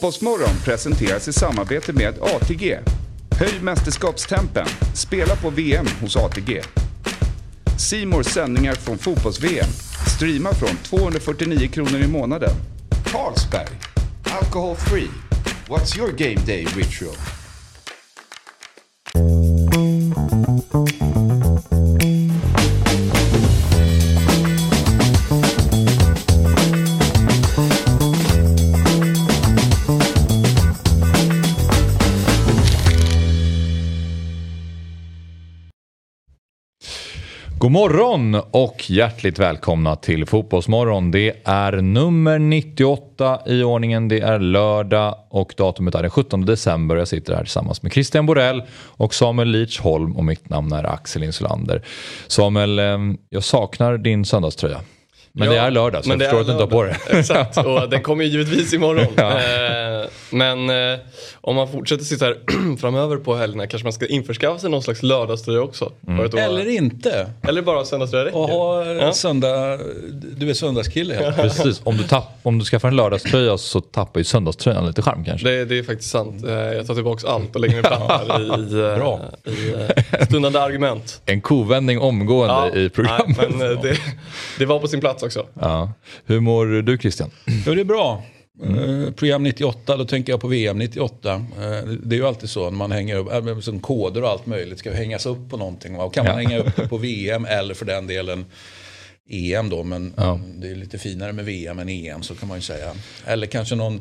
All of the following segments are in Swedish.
Fotbollsmorgon presenteras i samarbete med ATG. Höj mästerskapstempen. Spela på VM hos ATG. C More sändningar från fotbolls-VM. Streama från 249 kronor i månaden. Carlsberg. Alcohol free. What's your game day ritual? God morgon och hjärtligt välkomna till Fotbollsmorgon. Det är nummer 98 i ordningen. Det är lördag och datumet är den 17 december. Jag sitter här tillsammans med Christian Borell och Samuel Lidsholm och mitt namn är Axel Insulander. Samuel, jag saknar din söndagströja. Men det är lördag så jag förstår att du inte har på det. Exakt, och den kommer ju givetvis imorgon. Men om man fortsätter sitta här framöver på helgerna kanske man ska införskaffa sig någon slags lördagströja också. Eller inte. Eller bara söndagströja räcker. Och ha söndag, du är söndagskille. Ja. Precis, om du skaffar en lördagströja så tappar ju söndagströjan lite charm kanske. Det är faktiskt sant. Jag tar tillbaka allt och lägger mig platt här i stundande argument. En kovändning omgående i programmet. Nej, men det var på sin plats också. Ja. Hur mår du, Christian? Jo, det är bra. Program 98, då tänker jag på VM 98. Det är ju alltid så när man hänger upp som koder och allt möjligt ska hängas upp på någonting. Och kan man hänga upp det på VM eller för den delen EM då, men det är lite finare med VM än EM så kan man ju säga. Eller kanske någon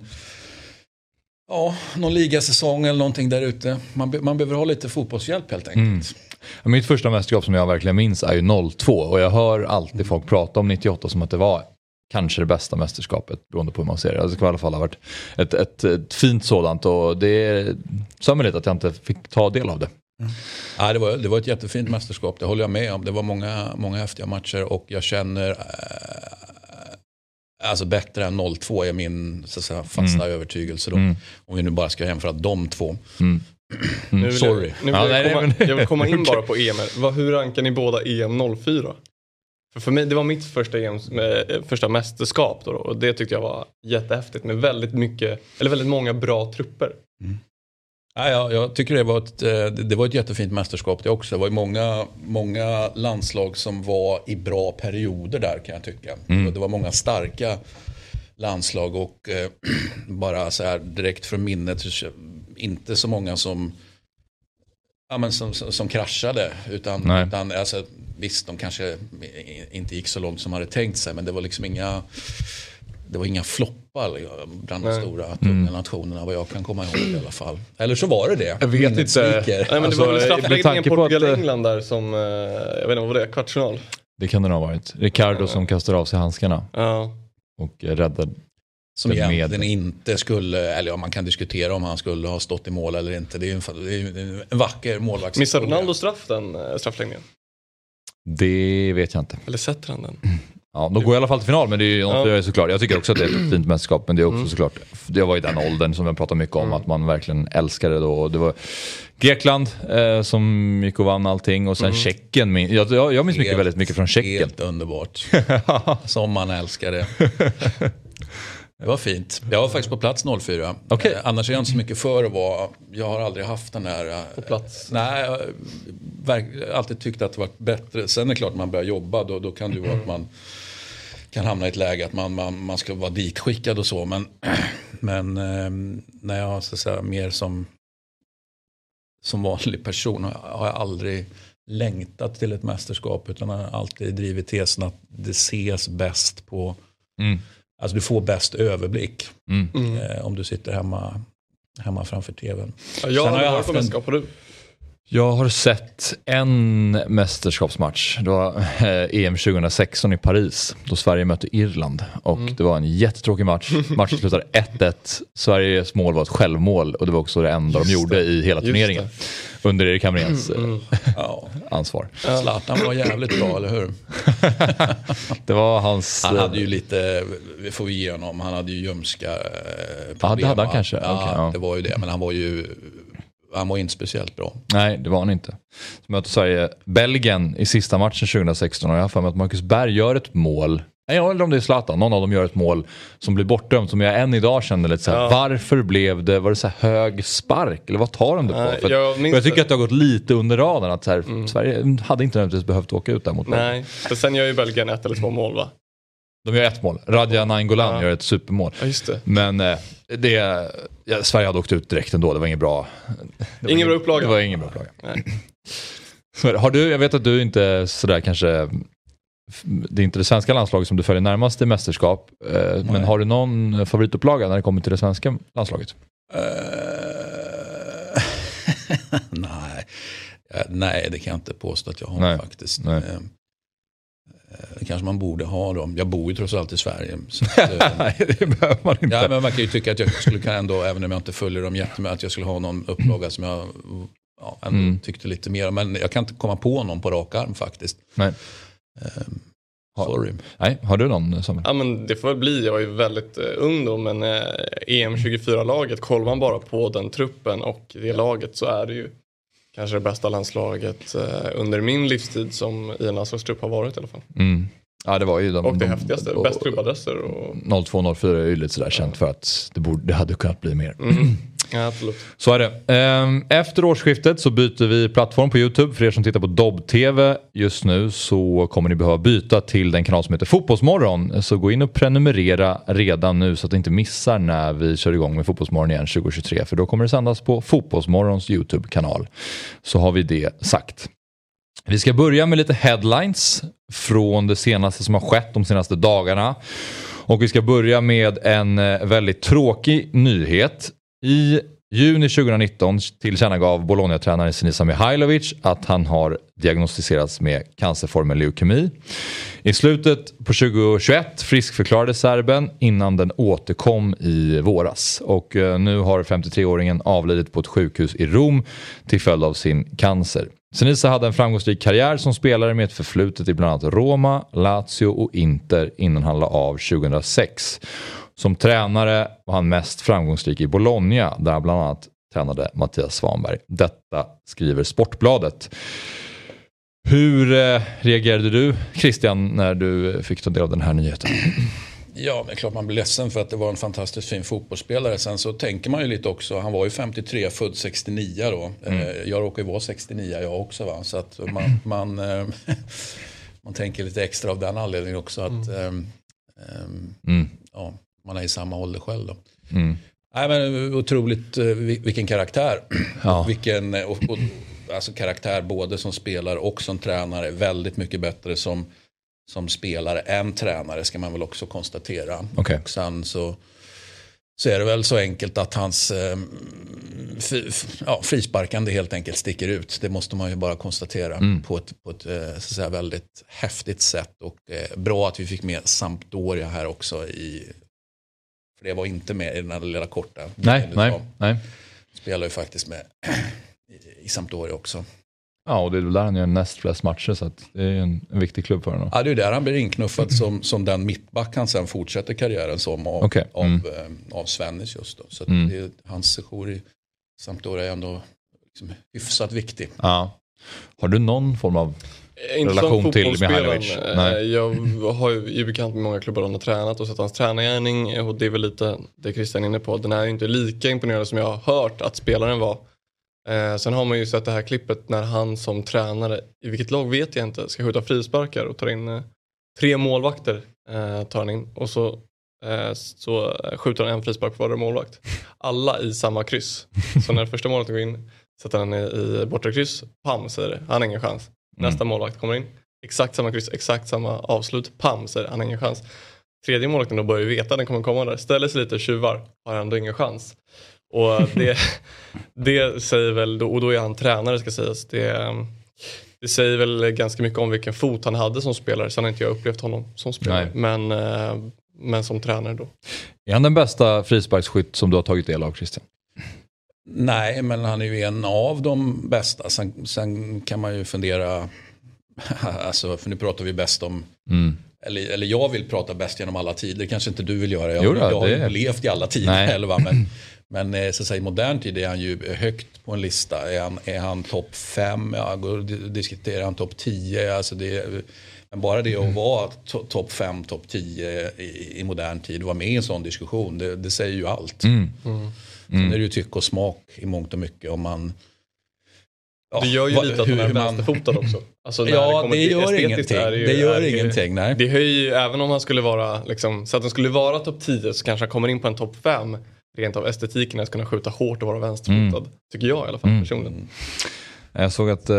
ligasäsong eller någonting där ute. Man behöver ha lite fotbollshjälp helt enkelt. Mitt första mästerskap som jag verkligen minns är ju 02 och jag hör alltid folk prata om 98 som att det var kanske det bästa mästerskapet beroende på hur man ser det. Det ska i alla fall ha varit ett fint sådant och det är samtidigt att jag inte fick ta del av det. Ja, det var ett jättefint mästerskap, det håller jag med om. Det var många häftiga matcher och jag känner alltså bättre än 02 är min så att säga, fasta övertygelse då. Om vi nu bara ska jämföra de två. Sorry. Jag vill komma in bara på EM. Hur rankar ni båda EM 04? För mig, det var mitt första mästerskap då, och det tyckte jag var jättehäftigt med väldigt många bra trupper. Ja, jag tycker det var ett jättefint mästerskap det också. Det var ju många landslag som var i bra perioder där kan jag tycka. Det var många starka landslag och bara så här direkt från minnet inte så många som kraschade utan alltså, visst de kanske inte gick så långt som hade tänkt sig men det var liksom inga floppar bland de stora tunga nationerna vad jag kan komma ihåg i alla fall. Eller så var det. Jag vet inte. Nej, men det var väl straffläggningen Portugal-England där som jag vet inte vad det är, kvartsfinal. Det kan det nog ha varit. Ricardo som kastar av sig handskarna. Och räddade som egentligen inte skulle, eller man kan diskutera om han skulle ha stått i mål eller inte. Det är en vacker målvakt. Missar Ronaldo straffläggningen? Det vet jag inte. Eller sätter han den? Ja, de går i alla fall till final, men det är ju något jag är såklart. Jag tycker också att det är ett fint mästerskap, men det är också såklart. Det var i den åldern som jag pratar mycket om, att man verkligen älskade det då. Det var Grekland som gick och vann allting, och sen Tjeckien. Jag minns väldigt mycket från Tjeckien. Helt underbart. Som man älskar det. Det var fint. Jag var faktiskt på plats 04. Okay. Annars är jag inte så mycket för att vara. Jag har aldrig haft den här på plats. Nej, jag har alltid tyckt att det varit bättre. Sen är det klart man börjar jobba då kan det vara att man kan hamna i ett läge att man ska vara ditskickad och så, men när jag så att säga mer som vanlig person har jag aldrig längtat till ett mästerskap, utan har alltid drivit tesen att det ses bäst på alltså du får bäst överblick om du sitter hemma framför tvn. Jag har varit på mästerskap, har du? Jag har sett en mästerskapsmatch. Det var EM 2016 i Paris. Då Sverige mötte Irland. Och det var en jättetråkig match. Matchen slutade 1-1. Sveriges mål var ett självmål. Och det var också det enda de gjorde i hela turneringen. Under Erik Hamréns ansvar. Zlatan var jävligt bra, eller hur? Det var hans... Han hade ju lite, vi får ge honom, han hade ju ljumska problem. Det hade han kanske. Det var ju det, men han var inte speciellt bra. Nej, det var han inte. Så möter Sverige Belgien i sista matchen 2016, och jag har för mig att Marcus Berg gör ett mål Eller om det är Zlatan, någon av dem gör ett mål som blir bortdömt, som jag än idag känner lite såhär, varför blev det, var det så här hög spark eller vad tar de det på? För jag tycker att det har gått lite under radarn att så här, Sverige hade inte nödvändigtvis behövt åka ut där mot Belgien. Nej, för sen gör ju Belgien 1 eller 2 mål, va? De gör 1 mål. Radja Nainggolan gör ett supermål. Ja, just det. Men Sverige hade åkt ut direkt ändå, det var inget bra. Ingen bra upplaga. Det var ingen bra upplaga. Har du, jag vet att du inte sådär kanske, det är inte det svenska landslaget som du följer närmast i mästerskap, men har du någon favoritupplaga när det kommer till det svenska landslaget? Nej, det kan jag inte påstå att jag har faktiskt. Kanske man borde ha dem. Jag bor ju trots allt i Sverige. Så att, nej, det behöver man inte. Ja, men man kan ju tycka att jag skulle kunna ändå, även om jag inte följer dem jättemycket, att jag skulle ha någon upplaga som jag ändå tyckte lite mer. Men jag kan inte komma på någon på rak arm faktiskt. Nej. Sorry. Nej, har du någon som? Ja, men det får väl bli. Jag är ju väldigt ung då, men EM24-laget, kollar man bara på den truppen och det laget, så är det ju kanske det bästa landslaget under min livstid som i en landslagstrupp har varit i alla fall. Ja, det var ju och det häftigaste, bäst klubbadresser. Och 02-04 är ju lite sådär känt för att det hade kunnat bli mer. Ja, absolut. Så är det. Efter årsskiftet så byter vi plattform på YouTube. För er som tittar på Dobb-TV just nu så kommer ni behöva byta till den kanal som heter Fotbollsmorgon. Så gå in och prenumerera redan nu så att ni inte missar när vi kör igång med Fotbollsmorgon igen 2023. För då kommer det sändas på Fotbollsmorgons YouTube-kanal. Så har vi det sagt. Vi ska börja med lite headlines från det senaste som har skett de senaste dagarna. Och vi ska börja med en väldigt tråkig nyhet. I juni 2019 tillkännagav Bologna-tränaren Sinisa Mihajlovic att han har diagnostiserats med cancerformen leukemi. I slutet på 2021 friskförklarade serben innan den återkom i våras. Och nu har 53-åringen avlidit på ett sjukhus i Rom till följd av sin cancer. Sinisa hade en framgångsrik karriär som spelare med ett förflutet i bland annat Roma, Lazio och Inter innan han la av 2006. Som tränare var han mest framgångsrik i Bologna där bland annat tränade Mattias Svanberg. Detta skriver Sportbladet. Hur reagerade du, Christian, när du fick ta del av den här nyheten? Ja, men klart man blir ledsen för att det var en fantastiskt fin fotbollsspelare. Sen så tänker man ju lite också, han var ju 53, född 69 då. Jag råkar ju vara 69 jag också, va? Så att man tänker lite extra av den anledningen också att ja, man är i samma ålder själv då. Nej, men otroligt vilken karaktär. Ja. Alltså karaktär både som spelare och som tränare. Väldigt mycket bättre som spelare än tränare ska man väl också konstatera. Okay. Och sen så är det väl så enkelt att hans frisparkande helt enkelt sticker ut. Det måste man ju bara konstatera på ett så att säga, väldigt häftigt sätt. Och bra att vi fick med Sampdoria här också för det var inte med i den här lilla korta. Nej. Spelar ju faktiskt med i Sampdoria också. Ja, och det är väl där han gör näst flest matcher, så att det är en viktig klubb för honom. Ja, det är där han blir inknuffad som den mittback han sen fortsätter karriären som av Svennis just då. Så att hans sejour i Sampdoria är ändå liksom hyfsat viktig. Ja. Har du någon form av relation till Mihajlovic? Jag har ju bekant med många klubbar han har tränat och sett hans tränargärning, och det är väl lite det Christian är inne på. Den är ju inte lika imponerande som jag har hört att spelaren var. Sen har man ju sett det här klippet när han som tränare, i vilket lag vet jag inte, ska skjuta frisparkar och tar in 3 målvakter tar han in, och så skjuter han en frispark för varje målvakt. Alla i samma kryss. Så när första målet går in sätter han i bortre kryss, pam säger det, han har ingen chans. Nästa målvakt kommer in, exakt samma kryss, exakt samma avslut, pam säger det, han har ingen chans. Tredje målvakten då börjar ju veta att den kommer komma där, ställer sig lite, tjuvar, har ändå ingen chans. Och det säger väl då, och då är han tränare ska sägas, det säger väl ganska mycket om vilken fot han hade som spelare. Sen har inte jag upplevt honom som spelare, men som tränare då. Är han den bästa frisparksskytt som du har tagit del av, Christian? Nej, men han är ju en av de bästa. Sen kan man ju fundera, alltså, för nu pratar vi bäst om eller jag vill prata bäst genom alla tider. Kanske inte du vill göra. Jag har ju levt i alla tider själva, men så att säga, i modern tid är han ju högt på en lista. Är han topp 5? Ja, går och diskuterar han topp 10. Alltså Men bara det att vara topp 5, topp 10 i modern tid, vara med i en sån diskussion, det säger ju allt. Sen är det ju tycke och smak i mångt och mycket om man... Ja, det gör ju lite att man är vänsterfotad också. Alltså det gör ingenting. Det gör ingenting, nej. Det höjer ju, även om han skulle vara liksom, så att han skulle vara topp 10 så kanske han kommer in på en topp 5. Rent av estetiken att kunna skjuta hårt och vara vänsterfotad. Tycker jag i alla fall personligen. Jag såg att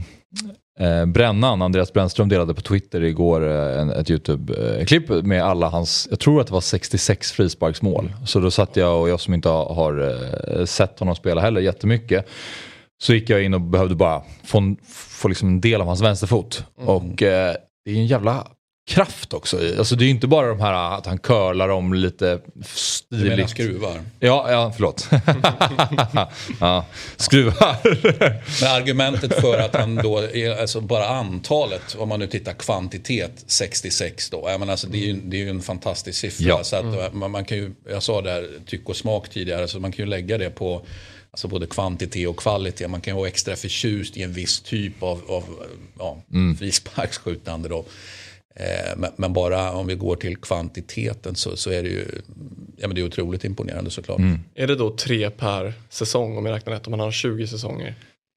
Brännan, Andreas Brännström, delade på Twitter igår ett YouTube-klipp med alla hans, jag tror att det var 66 frisparksmål. Så då satt jag, och jag som inte har sett honom spela heller jättemycket, så gick jag in och behövde bara få liksom en del av hans vänsterfot. Och det är en jävla kraft också. Alltså det är ju inte bara de här att han curlar om lite stiligt. Du menar skruvar? Ja, förlåt. Ja, skruvar. Men argumentet för att han då är, alltså bara antalet, om man nu tittar kvantitet, 66 då. Men alltså det är ju en fantastisk siffra. Ja. Så att man kan ju, jag sa där tyck och smak tidigare, så man kan ju lägga det på alltså både kvantitet och kvalitet. Man kan ju vara extra förtjust i en viss typ av frisparksskjutande då. Men bara om vi går till kvantiteten så är det ju, ja, men det är otroligt imponerande såklart. Är det då 3 per säsong om jag räknar rätt, om man har 20 säsonger?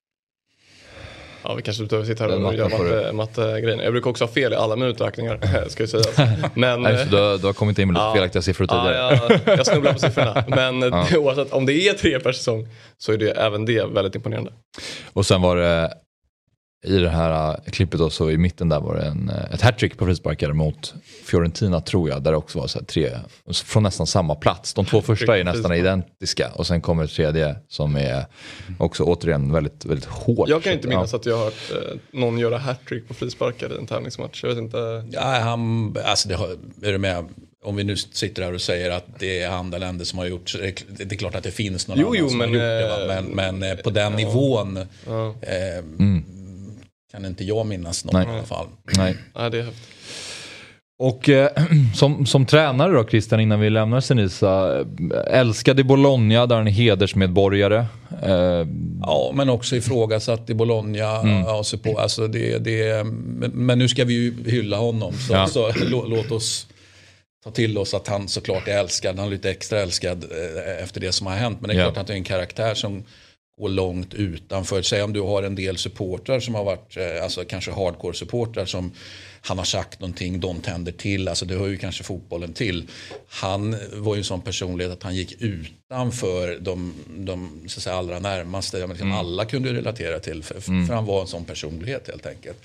Ja, vi kanske behöver sitta här och göra matte-grejer. Jag brukar också ha fel i alla minuträkningar, ska jag säga. Men, nej, du har kommit in med lite felaktiga siffror tidigare. Jag snubblar på siffrorna. Men oavsett, om det är 3 per säsong så är det även det väldigt imponerande. Och sen var det i det här klippet då, så i mitten där var det ett hattrick på frisparkare mot Fiorentina, tror jag, där det också var så här 3 från nästan samma plats. De 2 första är nästan identiska, och sen kommer det tredje som är också återigen väldigt, väldigt hårt. Jag kan inte minnas att jag har hört någon göra hattrick på frisparkare i en tävlingsmatch. Jag vet inte. Ja, alltså är det med. Om vi nu sitter här och säger att det är andra länder som har gjort, det är klart att det finns någon annan som har gjort det, men på den nivån kan inte jag minnas någon i alla fall. Nej, det är häftigt. Och som tränare då, Christian, innan vi lämnar Senisa, älskade Bologna där han är hedersmedborgare. Ja, men också ifrågasatt i Bologna. Alltså men nu ska vi ju hylla honom. Så låt oss ta till oss att han såklart är älskad. Han är lite extra älskad efter det som har hänt. Men det är klart att det är en karaktär som går långt utanför. Säg om du har en del supportrar som har varit, alltså kanske hardcore-supportrar som han har sagt någonting, de tänder till. Alltså det hör ju kanske fotbollen till. Han var ju en sån personlighet att han gick utanför de så att säga, allra närmaste. Liksom alla kunde relatera till. För han var en sån personlighet helt enkelt.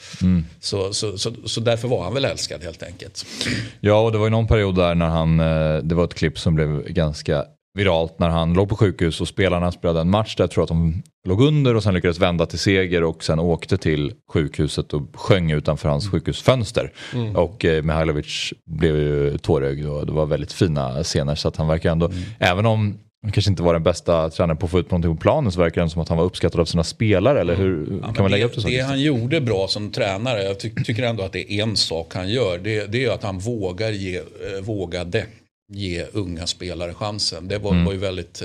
Så därför var han väl älskad helt enkelt. Ja, och det var ju någon period där när det var ett klipp som blev ganska viralt när han låg på sjukhus och spelarna spelade en match där jag tror att de låg under och sen lyckades vända till seger och sen åkte till sjukhuset och sjöng utanför hans sjukhusfönster. Och Mihailovic blev ju tårögd och det var väldigt fina scener, så att han verkar ändå, även om han kanske inte var den bästa tränaren på att få ut någonting på planen, så verkar det som att han var uppskattad av sina spelare, eller hur kan man lägga upp det så? Det han gjorde bra som tränare, jag tycker ändå att det är en sak han gör, det är att han vågade ge unga spelare chansen. Det var ju väldigt,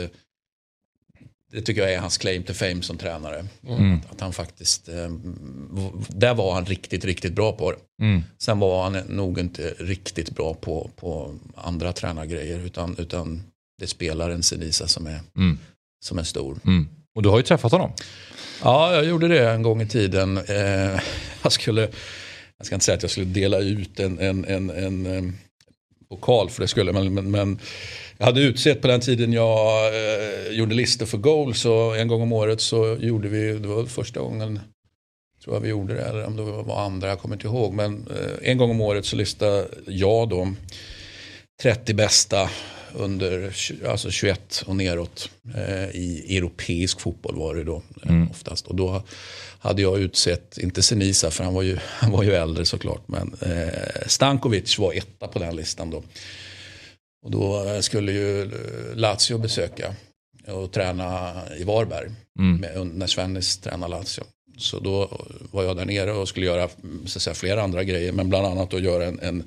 det tycker jag är hans claim to fame som tränare. Att han faktiskt, där var han riktigt, riktigt bra på det. Sen var han nog inte riktigt bra på andra tränargrejer, utan det spelar en Senisa som är stor. Och du har ju träffat honom. Ja, jag gjorde det en gång i tiden. Jag ska inte säga att jag skulle dela ut en pokal för det skulle, men jag hade utsett på den tiden jag gjorde listor för goal, så en gång om året så gjorde vi, det var första gången tror jag vi gjorde det, eller om det var andra, jag kommer inte ihåg, men en gång om året så listade jag då 30 bästa under alltså 21 och neråt i europeisk fotboll var det då oftast, och då hade jag utsett, inte Senisa för han var ju äldre såklart, men Stankovic var etta på den listan då. Och då skulle ju Lazio besöka och träna i Varberg när Svennis tränade Lazio. Så då var jag där nere och skulle göra så att säga, flera andra grejer, men bland annat att göra en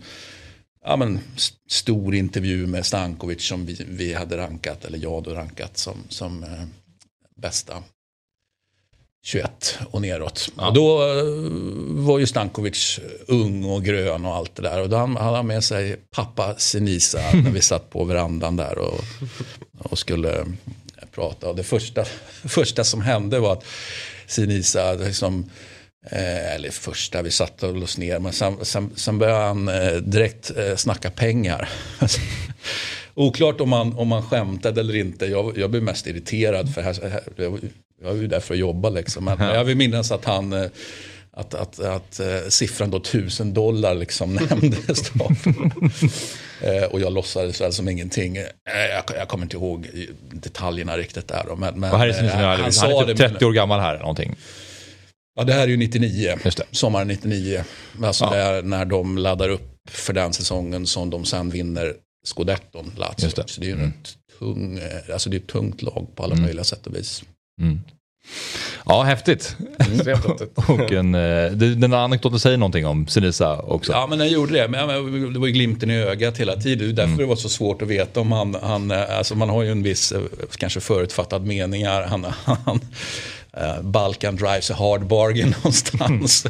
stor intervju med Stankovic som vi hade rankat, eller jag hade rankat som bästa 21 och neråt. Ja. Och då var ju Stankovic ung och grön och allt det där. Och då hade han med sig pappa Sinisa när vi satt på verandan där och skulle prata. Och det första som hände var att Sinisa liksom, eller första vi satt och lås ner, men sen började han direkt snacka pengar. Oklart om man skämtade eller inte. Jag blev mest irriterad för jag var ju där för att jobba liksom. Men jag vill minnas att han att siffran då $1,000 liksom nämndes då. Och jag låtsades väl som ingenting. Jag kommer inte ihåg detaljerna riktigt där då. Men han är typ 30 år gammal här eller någonting. Ja, det här är ju 99. Sommaren 99. Alltså när de laddar upp för den säsongen som de sen vinner Scudetton, Lazio. Så det är ju det är ett tungt lag på alla möjliga sätt och vis. Mm. Ja, häftigt. Och den anekdoten säger någonting om Sinisa också. Ja, men den gjorde det. Men det var ju glimten i ögat hela tiden. Därför det var så svårt att veta om han alltså man har ju en viss kanske förutfattad meningar. Han Balkan drives a hard bargain någonstans.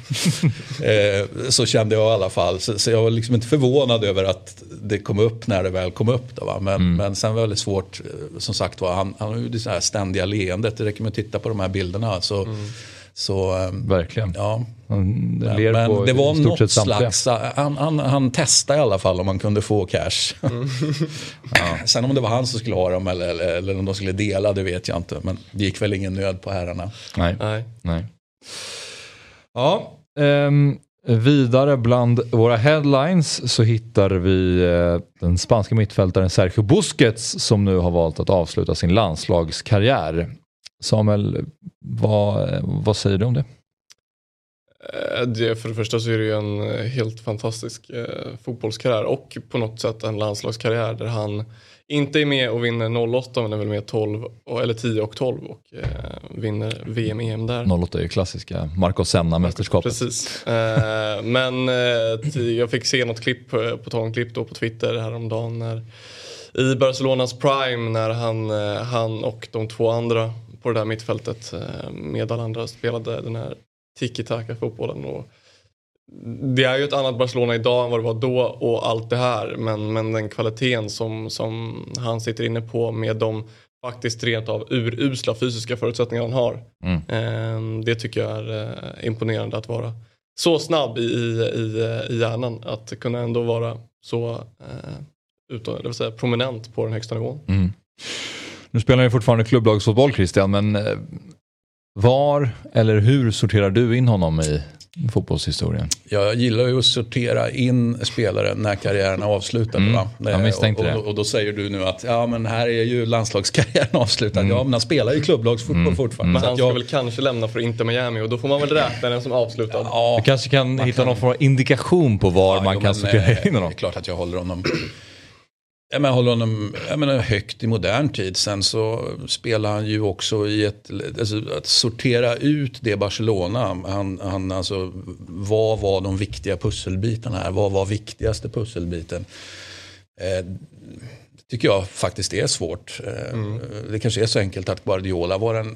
Så kände jag i alla fall. Så jag var liksom inte förvånad över att det kom upp när det väl kom upp då, va? Men sen var det väldigt svårt, som sagt var, han har ju det så här ständiga leendet. Det räcker med att titta på de här bilderna så verkligen. Ja. Men det var något slags han testade i alla fall om man kunde få cash. Sen om det var han som skulle ha dem eller om de skulle dela, det vet jag inte, men det gick väl ingen nöd på herrarna. Nej. Ja, vidare bland våra headlines så hittar vi den spanska mittfältaren Sergio Busquets som nu har valt att avsluta sin landslagskarriär. Samuel, vad säger du om det? För det första så är det ju en helt fantastisk fotbollskarriär och på något sätt en landslagskarriär där han inte är med och vinner 08 men är väl med 10 och 12 och vinner VM-EM där. 08 är ju klassiska Marco Senna-mästerskapet. Precis. Men jag fick se något klipp då på Twitter häromdagen i Barcelonas prime när han och de två andra på det där mittfältet med alla andra spelade den här tiki-taka-fotbollen. Och det är ju ett annat Barcelona idag än vad det var då och allt det här. Men den kvaliteten som han sitter inne på med de faktiskt rent av urusla fysiska förutsättningar han har. Det tycker jag är imponerande att vara så snabb i hjärnan. Att kunna ändå vara så det vill säga prominent på den högsta nivån. Nu spelar jag fortfarande klubblagsfotboll, Christian, men var eller hur sorterar du in honom i fotbollshistorien? Jag gillar ju att sortera in spelare när karriären är avslutad. Va? Jag misstänkte det. Och då säger du nu att men här är ju landslagskarriären avslutad. Ja, men han spelar ju klubblagsfotboll fortfarande. Men han ska väl kanske lämna för Inter Miami och då får man väl räkna den som avslutad. Ja, du kanske kan hitta någon form av indikation på var man kan sortera in honom. Det är klart att jag håller honom... Jag håller honom högt i modern tid. Sen så spelar han ju också i att sortera ut det Barcelona. Han alltså, vad var de viktiga pusselbitarna här? Vad var viktigaste pusselbiten? Tycker jag faktiskt är svårt. Det kanske är så enkelt att Guardiola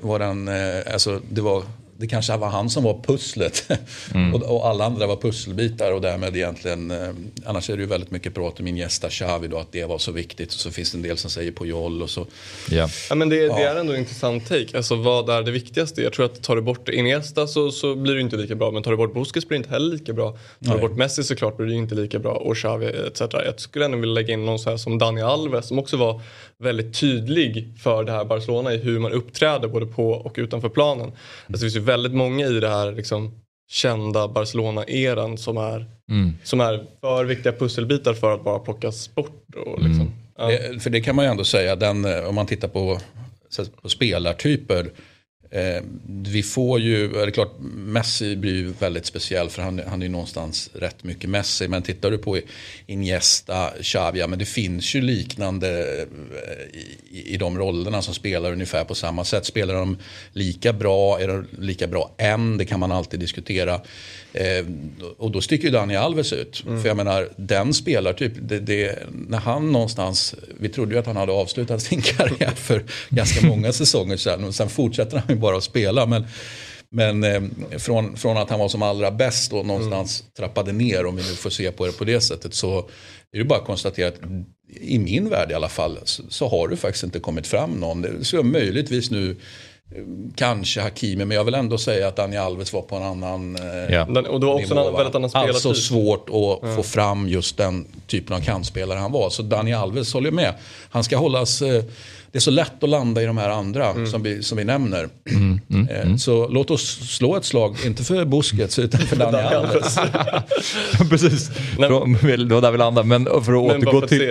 det kanske var han som var pusslet och alla andra var pusselbitar och därmed egentligen annars är det ju väldigt mycket prat om Iniesta, Xavi då, att det var så viktigt och så finns det en del som säger Puyol och så. Ja, men det är ändå en intressant take. Alltså vad är det viktigaste? Jag tror att tar du bort Iniesta så blir det inte lika bra, men tar du bort Busquets blir det inte heller lika bra. Tar du bort Messi såklart blir det inte lika bra och Xavi etc. Jag skulle ändå vilja lägga in någon så här som Dani Alves som också var väldigt tydlig för det här Barcelona i hur man uppträder både på och utanför planen. Alltså det finns ju väldigt många i det här liksom kända Barcelona-eran som är för viktiga pusselbitar för att bara plockas bort. Och liksom, för det kan man ju ändå säga, om man tittar på spelartyper, vi får ju, det är klart Messi blir ju väldigt speciell för han är ju någonstans rätt mycket Messi, men tittar du på Iniesta, Xavi, men det finns ju liknande i de rollerna som spelar ungefär på samma sätt. Spelar de lika bra, är de lika bra än? Det kan man alltid diskutera. Och då sticker ju Dani Alves ut. För jag menar, den spelar typ när han någonstans, vi trodde ju att han hade avslutat sin karriär för ganska många säsonger sedan och sen fortsätter han ju bara att spela. Men från att han var som allra bäst och någonstans trappade ner, om vi nu får se på det på det sättet, så är det bara att konstatera att i min värld i alla fall så har du faktiskt inte kommit fram någon. Det skulle möjligtvis nu kanske Hakimi, men jag vill ändå säga att Dani Alves var på en annan och det var också en väldigt annan spelartyp. Alltså svårt att få fram just den typen av kantspelare han var. Så Dani Alves håller med. Han ska hållas... Det är så lätt att landa i de här andra som vi nämner. Så låt oss slå ett slag, inte för Busquets utan för Dani Alves. Precis, det var där vi landade. Men för att återgå till...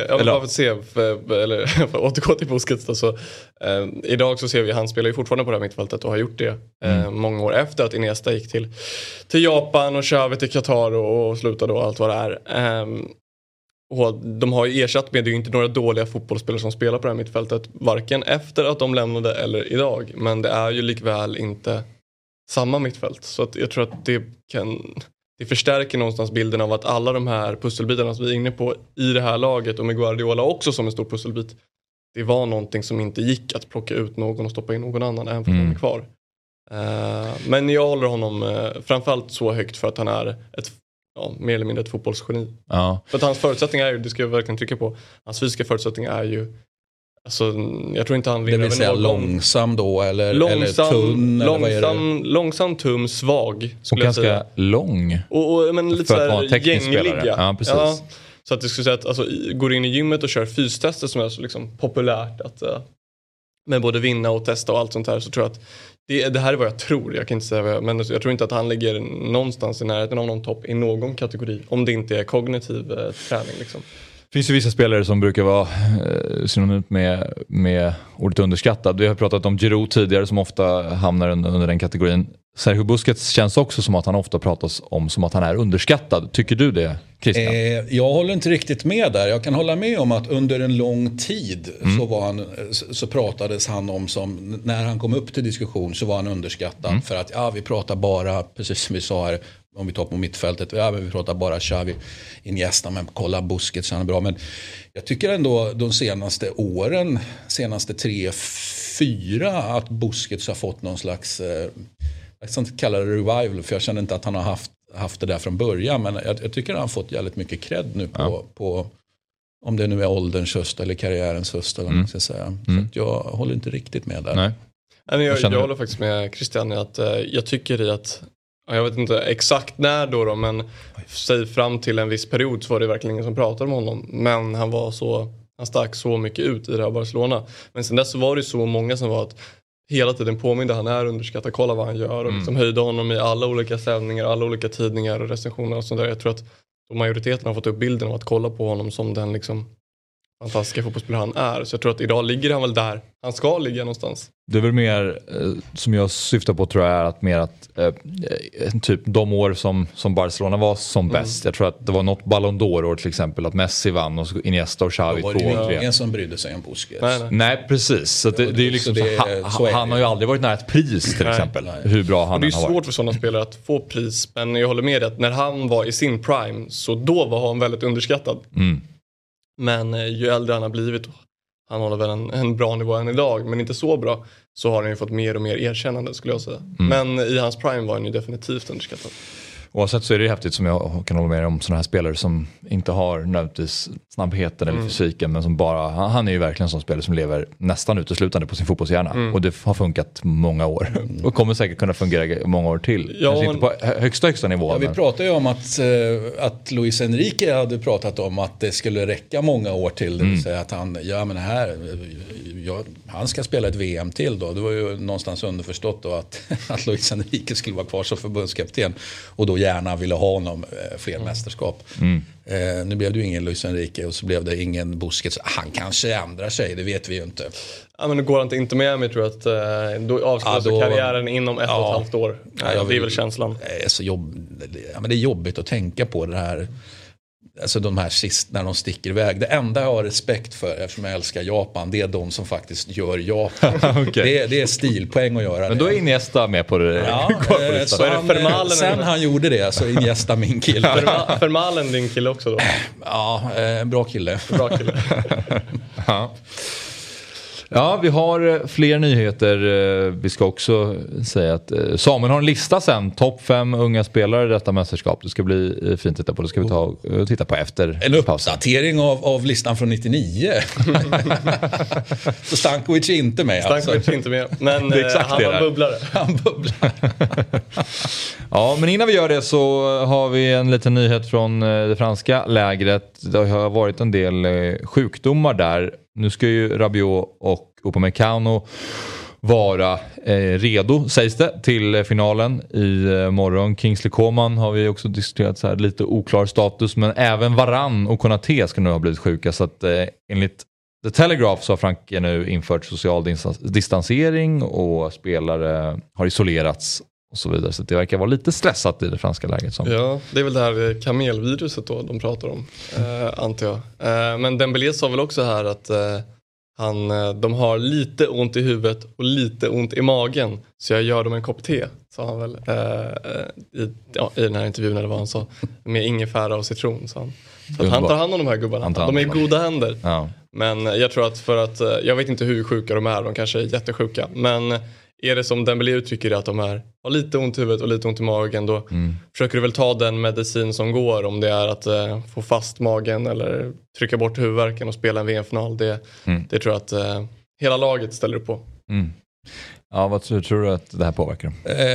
För att återgå till Busquets då, så idag så ser vi, han spelar ju fortfarande på det här mittfältet och har gjort det många år efter att Iniesta gick till Japan och Xavi till Qatar och slutade och allt vad det är. Och de har ju ersatt med, det är ju inte några dåliga fotbollsspelare som spelar på det här mittfältet, varken efter att de lämnade eller idag, men det är ju likväl inte samma mittfält, så att jag tror att det förstärker någonstans bilden av att alla de här pusselbitarna som vi är inne på i det här laget, och med Guardiola också som en stor pusselbit, det var någonting som inte gick att plocka ut någon och stoppa in någon annan även för att de är kvar. Men jag håller honom framförallt så högt för att han är mer eller mindre ett fotbollsgeni. Ja. För att hans förutsättningar är ju, det ska jag verkligen trycka på, hans fysiska förutsättningar är ju, alltså, jag tror inte han vinner. Det vill säga långsam då, eller tunn? Långsam, tum, svag. Och ganska lång. Men lite såhär gängliga. Ja, precis. Ja, så att jag skulle säga att alltså, går in i gymmet och kör fystester som är så liksom populärt, att med både vinna och testa och allt sånt här, så tror jag att det här är vad jag tror, jag kan inte säga men jag tror inte att han ligger någonstans i närheten av någon topp i någon kategori, om det inte är kognitiv träning liksom. Det finns ju vissa spelare som brukar vara synonymt med ordet underskattad. Vi har pratat om Giroud tidigare som ofta hamnar under den kategorin. Sergio Busquets känns också som att han ofta pratas om som att han är underskattad. Tycker du det, Christian? Jag håller inte riktigt med där. Jag kan hålla med om att under en lång tid så pratades han om som, när han kom upp till diskussion så var han underskattad. För att vi pratar bara, precis som vi sa här, om vi tar på mittfältet, vi pratar bara Xavi, Iniesta, men kolla Busquets, han är bra. Men jag tycker ändå de senaste åren, senaste 3-4, att Busquets har fått någon slags, jag ska inte kalla det revival, för jag känner inte att han har haft det där från början, men jag tycker att han har fått jävligt mycket cred nu på om det nu är ålderns höst eller karriärens höst eller vad man ska säga. Så att jag håller inte riktigt med där. Nej. Jag håller faktiskt med Christian i att jag tycker i att, jag vet inte exakt när då, men säg fram till en viss period så var det verkligen ingen som pratade om honom, men han stack så mycket ut i det här Barcelona. Men sen dess så var det så många som var att hela tiden påminner han är underskattad, kolla vad han gör, och liksom höjde honom i alla olika sändningar, alla olika tidningar och recensioner och sånt där. Jag tror att majoriteten har fått upp bilden av att kolla på honom som den liksom fantastiska fotbollsspelare han är. Så jag tror att idag ligger han väl där han ska ligga någonstans. Det är väl mer som jag syftar på, tror jag, är att mer att typ de år som Barcelona var som bäst. Jag tror att det var något Ballon d'Or-år till exempel, att Messi vann och Iniesta och Xavi 2 och 3. Det var ingen som brydde sig om Busquets. Nej, precis. Så det är liksom han har ju aldrig varit nära ett pris till exempel. Hur bra han har varit. Det är svårt för sådana spelare att få pris, men jag håller med dig att när han var i sin prime, så då var han väldigt underskattad. Men ju äldre han har blivit, han håller väl en bra nivå än idag, men inte så bra, så har han ju fått mer och mer erkännande, skulle jag säga. Men i hans prime var han ju definitivt underskattad. Oavsett så är det häftigt, som jag kan hålla med om, sådana här spelare som inte har nödvändigtvis snabbheten eller fysiken, men som bara, han är ju verkligen en sån spelare som lever nästan uteslutande på sin fotbollshjärna, och det har funkat många år och kommer säkert kunna fungera många år till. Kanske inte på högsta nivå. Ja, vi pratade ju om att Luis Enrique hade pratat om att det skulle räcka många år till, det vill säga att han ska spela ett VM till då. Det var ju någonstans underförstått då att Luis Enrique skulle vara kvar som förbundskapten och då gärna ville ha honom fler mästerskap. Nu blev det ju ingen Luis Enrique och så blev det ingen Busquets. Han kanske ändrar sig, det vet vi ju inte. Ja, men då går han inte med mig, tror jag, att då avslutas karriären inom 1,5 år. Det är väl känslan. Men det är jobbigt att tänka på det här. Alltså de här sist när de sticker iväg. Det enda jag har respekt för, eftersom jag älskar Japan, det är de som faktiskt gör Japan. Okay. Det är stilpoäng att göra. Men då är Iniesta med på det. Ja, sen han gjorde det så är Iniesta min kille. Vermaelen din kille också då? Ja, bra kille. Bra kille. Ja. Ja, vi har fler nyheter. Vi ska också säga att Samuel har en lista sen. Topp 5 unga spelare i detta mästerskap. Det ska bli fint att titta på. Det ska vi ta och titta på efter en uppdatering av listan från 99. Så Stankovic är inte med. Stankovic är inte med. Men han var bubblare. Han bubblar. Ja, men innan vi gör det så har vi en liten nyhet från det franska lägret. Det har varit en del sjukdomar där. Nu ska ju Rabiot och Upamecano vara redo, sägs det, till finalen i morgon. Kingsley Coman har vi också diskuterat, så här lite oklar status, men även Varane och Konaté ska nu ha blivit sjuka, så att enligt The Telegraph så har Frankrike nu infört social distansering och spelare har isolerats och så vidare. Så det verkar vara lite stressat i det franska läget. Ja, det är väl det här kamelviruset då de pratar om, antar jag. Men Dembélé sa väl också här att de har lite ont i huvudet och lite ont i magen. Så jag gör dem en kopp te, sa han väl i den här intervjun, eller vad han sa. Med ingefära och citron, sa han. Så att han tar hand om de här gubbarna. De är i goda händer. Ja. Men jag tror att jag vet inte hur sjuka de är. De kanske är jättesjuka. Men är det som Dembélé uttrycker det, att de har lite ont i huvudet och lite ont i magen, då försöker du väl ta den medicin som går, om det är att få fast magen eller trycka bort huvudvärken och spela en VM-final. Det tror jag att hela laget ställer upp på. Ja, vad tror du att det här påverkar?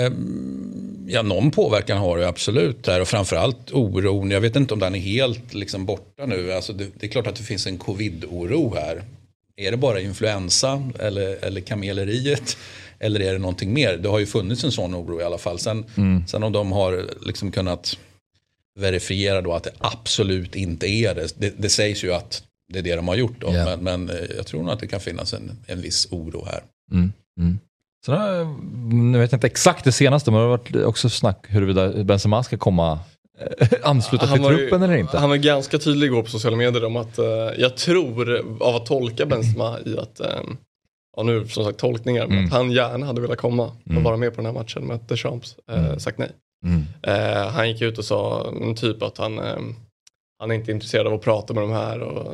Ja, någon påverkan har det absolut här, och framförallt oron. Jag vet inte om den är helt liksom borta nu. Alltså det är klart att det finns en covid-oro här. Är det bara influensa eller kameleriet? Eller är det någonting mer? Det har ju funnits en sån oro i alla fall. Sen om de har liksom kunnat verifiera då att det absolut inte är det. Det sägs ju att det är det de har gjort då. Yeah. Men jag tror nog att det kan finnas en viss oro här. Så jag vet inte exakt det senaste, men det har varit också snack huruvida Benzema ska komma ansluta till truppen eller inte. Han var ganska tydlig igår på sociala medier om att jag tror, av att tolka Benzema i att nu som sagt tolkningar, men att han gärna hade velat komma och vara med på den här matchen, med att Deschamps sagt nej. Han gick ut och sa typ att han är inte intresserad av att prata med de här, och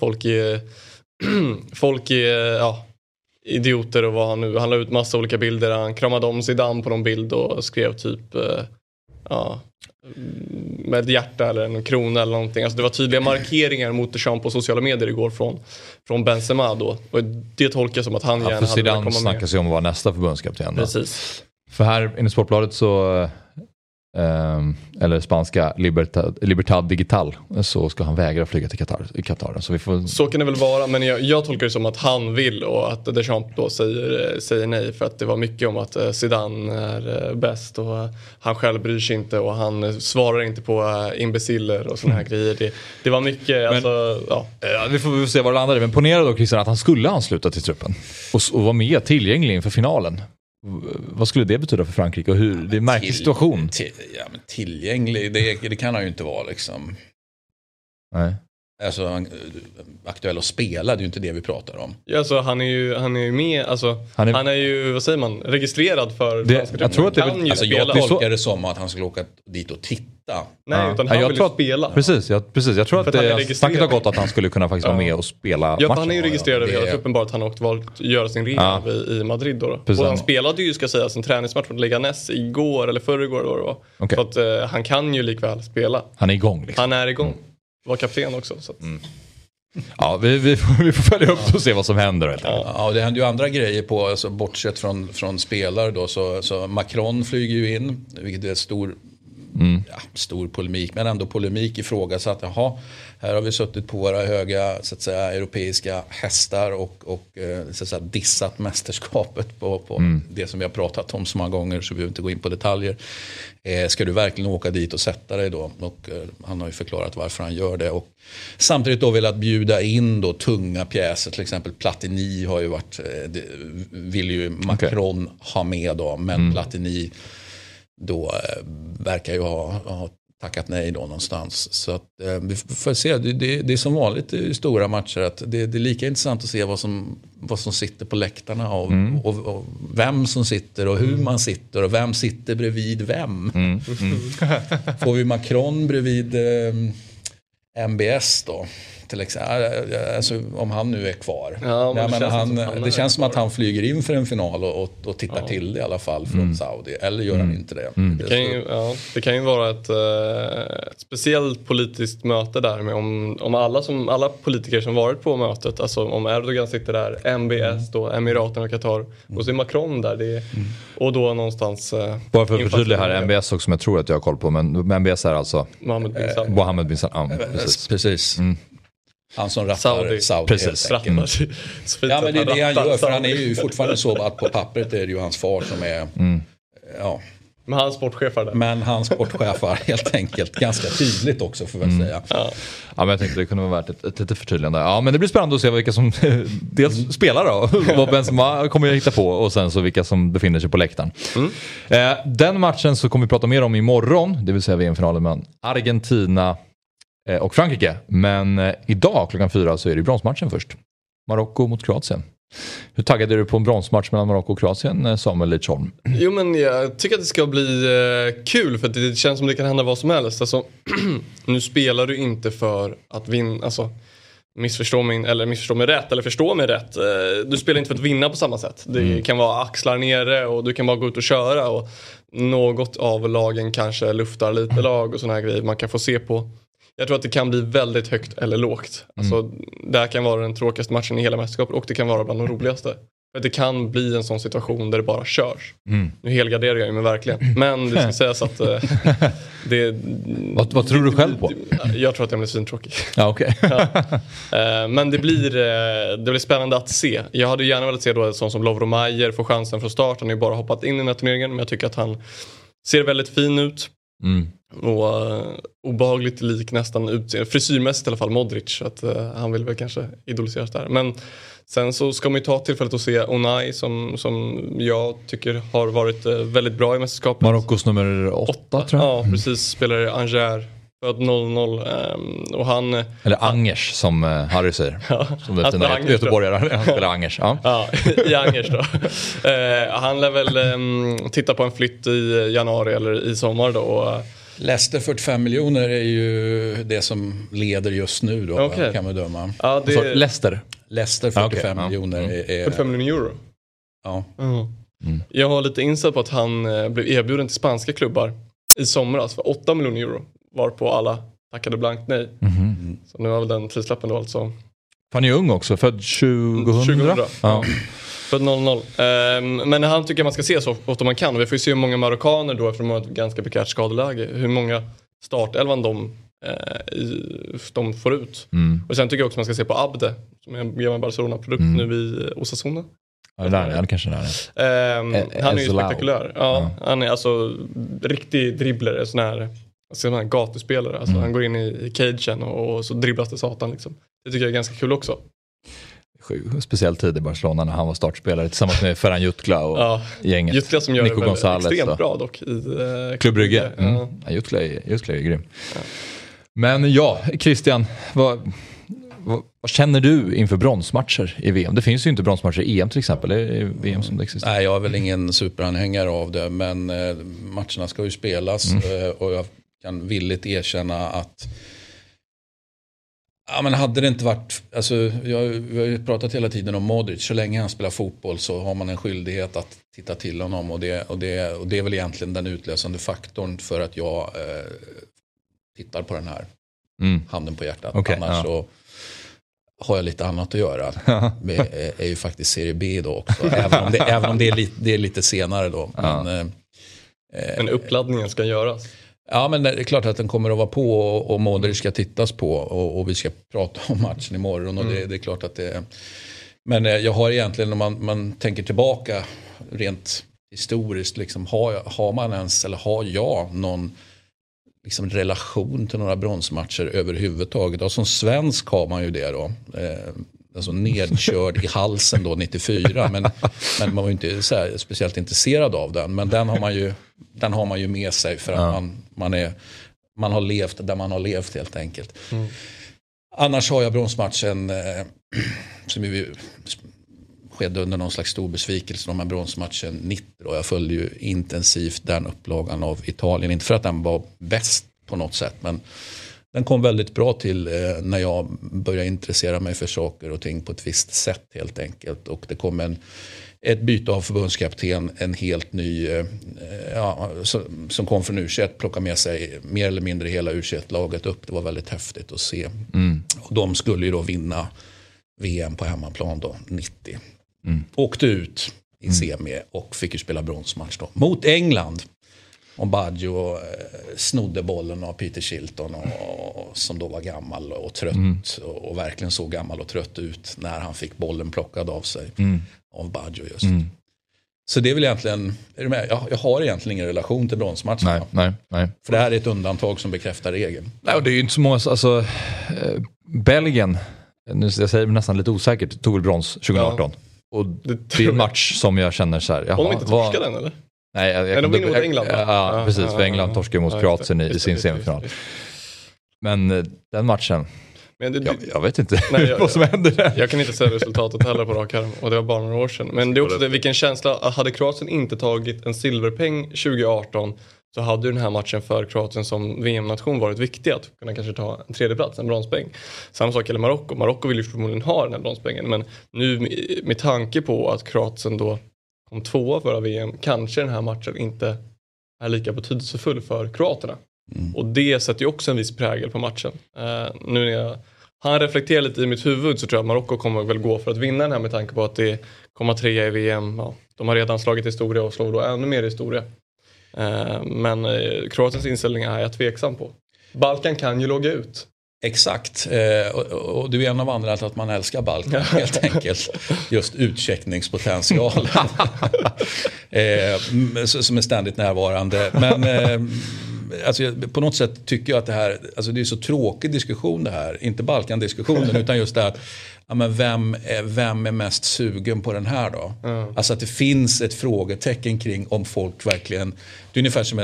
folk är idioter, och vad han nu, han la ut massa olika bilder, han kramade om Zidane på någon bild och skrev typ med ett hjärta eller en krona eller någonting. Alltså det var tydliga markeringar mot Deschamps på sociala medier igår från Benzema då, och det tolkas som att han gärna hade velat komma med. Snackas ju om att vara nästa förbundskapten. Precis. För här i Sportbladet så eller spanska Libertad Digital, så ska han vägra flyga till Qatar. Så kan det väl vara, men jag tolkar det som att han vill, och att Deschamps då säger nej, för att det var mycket om att Zidane är bäst och han själv bryr sig inte, och han svarar inte på imbeciller och såna här grejer. Det var mycket, vi får se vad det landar i, men ponera då, Christian, att han skulle ansluta till truppen och vara med tillgänglig inför finalen. Vad skulle det betyda för Frankrike, och hur det är en märklig situation? Men tillgänglig, det kan han ju inte vara liksom. Nej. Alltså aktuell att spela, det är ju inte det vi pratar om. Ja, alltså han är ju med, alltså han är ju, vad säger man, registrerad för det, jag tror att det kan alltså jag tolkar det som att han skulle åka dit och titta. Nej, utan han vill spela. Precis, jag tror att det snacket har gått att han skulle kunna faktiskt vara med och spela matchen. Ja, han är ju registrerad över hela truppen, bara att han åkt valt att göra sin resa i Madrid då. Och han spelade ju, ska sägas, en träningsmatch mot Leganes igår eller förrgår då. Okay. Så att han kan ju likväl spela. Han är igång liksom. Han är igång. Var kapten också, så att... Ja, vi får följa upp och se vad som händer. Ja, det händer ju andra grejer på, alltså, bortsett från spelare då, så Macron flyger ju in, vilket är stor polemik, men ändå polemik ifrågasatt. Här har vi suttit på våra höga, så att säga, europeiska hästar och så att säga, dissat mästerskapet på det som vi har pratat om så många gånger, så vi behöver inte gå in på detaljer. Ska du verkligen åka dit och sätta dig då? Och han har ju förklarat varför han gör det, och samtidigt då velat bjuda in då tunga pjäser, till exempel Platini har ju varit, vill ju Macron ha med då, men Platini då verkar ju ha tackat nej då någonstans. Så att vi får se, det är som vanligt i stora matcher, att det är lika intressant att se vad som sitter på läktarna och vem som sitter och hur man sitter och vem sitter bredvid vem. Får vi Macron bredvid MBS då, till exempel, alltså, om han nu är kvar. Ja, men det känns som att han flyger in för en final och tittar till det i alla fall från Saudi. Eller gör han inte det? Det kan ju vara ett speciellt politiskt möte där med om alla politiker som varit på mötet, alltså om Erdogan sitter där, MBS då, Emiraten och Qatar, och så är Macron där, och då någonstans... Bara för att förtydliga här, MBS också som jag tror att jag har koll på, men MBS är alltså Mohammed bin Salman. Precis. Han som rattar Saudi. Precis. Ja, men det är det han gör, för han är ju fortfarande så att på pappret är det ju hans far som är... Ja. Men hans sportchefar där. Men hans sportchefar helt enkelt. Ganska tydligt också för att säga. Ja, men jag tänkte det kunde vara värt ett litet förtydligande. Ja, men det blir spännande att se vilka som dels spelar då. Vad Benzema kommer jag hitta på. Och sen så vilka som befinner sig på läktaren. Den matchen så kommer vi prata mer om imorgon. Det vill säga VM-finalen mellan Argentina och Frankrike. Men idag klockan 4 så är det bronsmatchen först. Marocko mot Kroatien. Hur taggade är du på en bronsmatch mellan Marocko och Kroatien, Samuel Lidsholm? Jo, men jag tycker att det ska bli kul, för att det känns som det kan hända vad som helst. Alltså, nu spelar du inte för att vinna, alltså missförstå mig rätt eller förstå mig rätt. Du spelar inte för att vinna på samma sätt. Det kan vara axlar nere och du kan bara gå ut och köra, och något av lagen kanske luftar lite lag och såna här grejer man kan få se på. Jag tror att det kan bli väldigt högt eller lågt. Alltså, det här kan vara den tråkigaste matchen i hela mästerskapet, och det kan vara bland de roligaste. För det kan bli en sån situation där det bara körs. Nu helgarderar jag ju mig verkligen. Men det ska sägas att Vad tror du själv på? Jag tror att jag blir svintråkig. Ja, okej. Men det blir spännande att se. Jag hade gärna velat se då en sån som Lovro Majer får chansen från start. Han har ju bara hoppat in i den här turneringen, men jag tycker att han ser väldigt fin ut. Och obehagligt lik nästan utseende, frisyrmässigt i alla fall, Modric, så att han vill väl kanske idoliseras där. Men sen så ska man ju ta tillfället att se Unai som jag tycker har varit väldigt bra i mästerskapet. Marockos nummer 8 tror jag. Ja, precis, spelar i Angers. Född 0-0 och han... Eller Angers som Harry säger. Som det fina göteborgare. Han spelar Angers. Ja, i Angers då. Han lär väl titta på en flytt i januari eller i sommar då. Och, Leicester 45 miljoner är ju det som leder just nu då, kan man döma. Ja, det... Leicester 45 miljoner är... 45 miljoner euro? Ja. Jag har lite insatt på att han blev erbjuden till spanska klubbar i somras för 8 miljoner euro. Var på alla tackade blankt nej. Så nu har väl den prislappen då alltså. Han är ung också, född 2000. Ja. Född 00. Men han tycker man ska se så ofta man kan. Och vi får ju se hur många marockaner då, efter de har ett ganska prekärt skadeläge, hur många startelvan de får ut. Och sen tycker jag också man ska se på Abde, som är en gammal Barcelona-produkt nu i Osasuna. Ja, det kanske är. Han är ju spektakulär. Ja, han är alltså riktig dribbler, sån här gatuspelare. Alltså, han går in i cagen och så dribblas det satan liksom. Det tycker jag är ganska kul också. Speciell tid i Barcelona när han var startspelare tillsammans med Ferran Jutgla och gänget. Jutgla som gör Nico det González extremt bra dock i Club Brugge. Jutgla är grym. Men Christian, vad känner du inför bronsmatcher i VM? Det finns ju inte bronsmatcher i EM till exempel. Det är VM som det existerar. Nej, jag är väl ingen superanhängare av det, men matcherna ska ju spelas och jag kan villigt erkänna att men hade det inte varit, alltså vi har ju pratat hela tiden om Modric, så länge han spelar fotboll så har man en skyldighet att titta till honom, och det är väl egentligen den utlösande faktorn för att jag tittar på den här handen på hjärtat. Annars så har jag lite annat att göra. Det är ju faktiskt Serie B då också, även om det är lite senare då. Men uppladdningen ska göras. Ja, men det är klart att den kommer att vara på, och Modric ska tittas på, och vi ska prata om matchen imorgon, och det är klart att det är... Men jag har egentligen, om man tänker tillbaka rent historiskt, liksom, har man ens, eller har jag någon liksom relation till några bronsmatcher överhuvudtaget? Och som svensk har man ju det då. Alltså nedkörd i halsen då 94, men man var ju inte så här speciellt intresserad av den, men den har man ju med sig för att man har levt där man har levt helt enkelt. Annars har jag bronsmatchen som ju skedde under någon slags stor besvikelse, de här bronsmatchen 90 då. Jag följde ju intensivt den upplagan av Italien, inte för att den var bäst på något sätt, men Den kom väldigt bra till när jag började intressera mig för saker och ting på ett visst sätt helt enkelt. Och det kom ett byte av förbundskapten, en helt ny som kom från U21, plockade med sig mer eller mindre hela U21-laget upp. Det var väldigt häftigt att se. Och de skulle ju då vinna VM på hemmaplan då, 90. Åkte ut i semi och fick ju spela bronsmatch då mot England. Och Baggio snodde bollen av Peter Shilton som då var gammal och trött och verkligen så gammal och trött ut när han fick bollen plockad av sig av Baggio just. Så det är väl egentligen, är du med? Jag har egentligen ingen relation till bronsmatchen. Nej. För det här är ett undantag som bekräftar regeln. Nej, och det är ju inte så många, alltså Belgien, nu jag säger nästan lite osäkert, tog väl brons 2018. Och det är en match som jag känner så här. Om de inte torskade den eller? Nej, de vinner mot England. Ja, precis. För England torskade mot Kroatien i sin semifinal. Men den matchen, jag vet inte vad som händer där. Jag kan inte säga resultatet heller på rak arm. Och det var bara några år sedan. Men det är också vilken känsla. Hade Kroatien inte tagit en silverpeng 2018 så hade den här matchen för Kroatien som VM-nation varit viktig att kunna kanske ta en tredje plats, en bronspeng. Samma sak gäller Marocko. Marocko vill ju förmodligen ha den här bronspengen. Men nu med tanke på att Kroatien då kom tvåa förra VM, kanske den här matchen inte är lika betydelsefull för kroaterna. Och det sätter ju också en viss prägel på matchen. Nu när han reflekterar lite i mitt huvud så tror jag att Marocko kommer väl gå för att vinna den här med tanke på att det kommer trea i VM. Ja, de har redan slagit historia och slår då ännu mer historia. Men Kroatiens inställning är jag tveksam på. Balkan kan ju logga ut. Exakt, och du är en av andra att man älskar Balkan helt enkelt. Just utcheckningspotentialen som är ständigt närvarande. Men alltså, på något sätt tycker jag att det här, alltså det är så tråkig diskussion det här. Inte Balkan-diskussionen utan just det att men vem är mest sugen på den här då? Alltså att det finns ett frågetecken kring om folk verkligen, det är ungefär som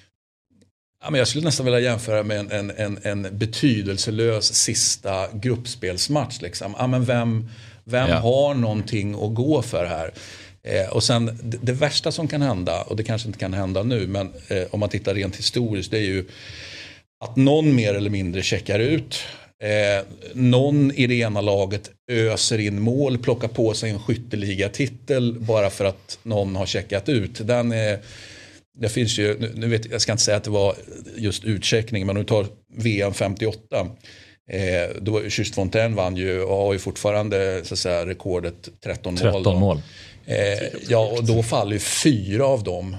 men jag skulle nästan vilja jämföra med en betydelselös sista gruppspelsmatch. Liksom. Men vem har någonting att gå för här? Och sen det värsta som kan hända, och det kanske inte kan hända nu, men om man tittar rent historiskt, det är ju att någon mer eller mindre checkar ut. Någon i det ena laget öser in mål, plockar på sig en skytteligatitel bara för att någon har checkat ut. Det finns ju, nu vet jag ska inte säga att det var just utcheckning, men om du tar VM 58 då var Just Fontaine vann ju och har ju fortfarande så att säga rekordet 13 mål. Ja, och då faller ju 4 av dem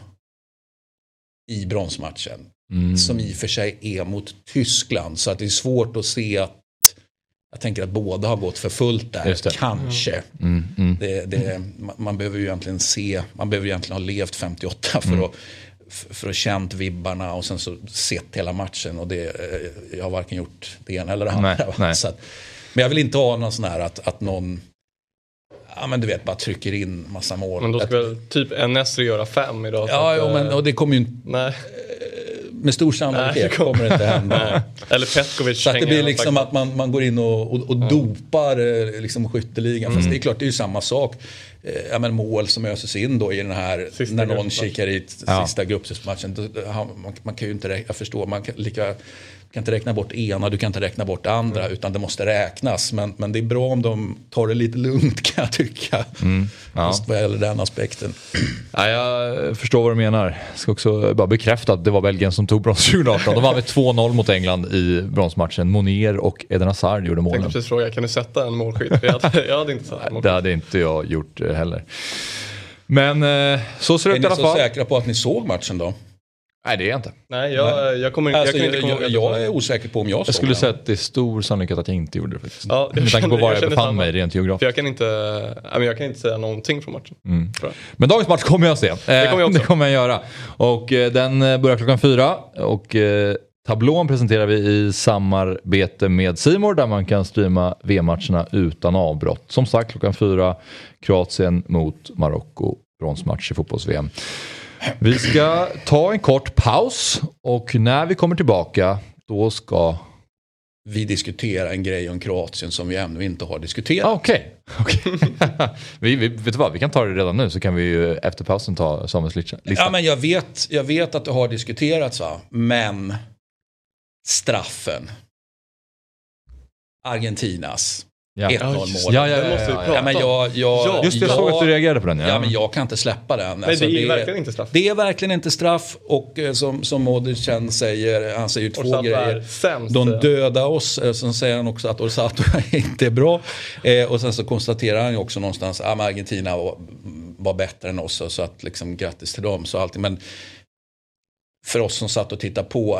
i bronsmatchen som i och för sig är mot Tyskland, så att det är svårt att se att jag tänker att båda har gått för fullt där, kanske. Man behöver ju egentligen man behöver egentligen ha levt 58 för att känt vibbarna och sen så sett hela matchen, och jag har varken gjort det ena eller det andra. Så men jag vill inte ha någon sån här att någon men du vet, bara trycker in massa mål. Men då ska väl typ NS göra 5 idag? Ja, men och det kommer ju inte... Med stor sannolikhet kommer det inte hända. Eller Petkovic. Så att det blir liksom att man går in och dopar liksom skytteligan. Fast det är klart, det är ju samma sak. Men mål som öses in då i den här sista när någon kikar i sista gruppspelsmatchen. Man kan ju inte jag förstår, man kan inte räkna bort ena, du kan inte räkna bort andra, utan det måste räknas. Men det är bra om de tar det lite lugnt, kan jag tycka. Just vad gäller den aspekten. Ja, jag förstår vad du menar. Jag ska också bara bekräfta att det var Belgien som tog brons 2018. De vann med 2-0 mot England i bronsmatchen. Monier och Eden Hazard gjorde målen. Jag tänkte precis fråga, kan du sätta en målskytt? Jag hade inte satt en målskytt. Det hade inte jag gjort heller. Men så ser det ut i alla fall. Är ni så säkra på att ni såg matchen då? Nej, det är jag inte. Nej, jag kommer inte. Jag är osäker på om jag såg. Jag skulle säga att det är stor sannolikhet att jag inte gjorde det faktiskt. Ja, med tanke på var jag befann mig rent geografiskt. Jag kan inte säga någonting från matchen. Men dagens match kommer jag se. Det kommer jag göra. Och den börjar klockan 4. Och tablån presenterar vi i samarbete med C More, där man kan streama VM-matcherna utan avbrott. Som sagt, klockan 4, Kroatien mot Marocko, bronsmatch i fotbolls-VM. Vi ska ta en kort paus, och när vi kommer tillbaka då ska vi diskutera en grej om Kroatien som vi ännu inte har diskuterat. Okej. Vet du vad, vi kan ta det redan nu, så kan vi ju efter pausen ta Samuels lista. Ja, men jag vet att det har diskuterats, va? Men straffen. Argentinas 1-0-mål. Ja. Just det, jag såg att du reagerade på den. Ja, men jag kan inte släppa den. Nej, det är verkligen inte straff. Det är verkligen inte straff. Och som Modric säger, han säger 2 grejer. De dödar oss. Sen säger han också att Orsato inte är bra. Och sen så konstaterar han ju också någonstans att Argentina var bättre än oss. Så att liksom grattis till dem. Så alltid. Men för oss som satt och tittade på,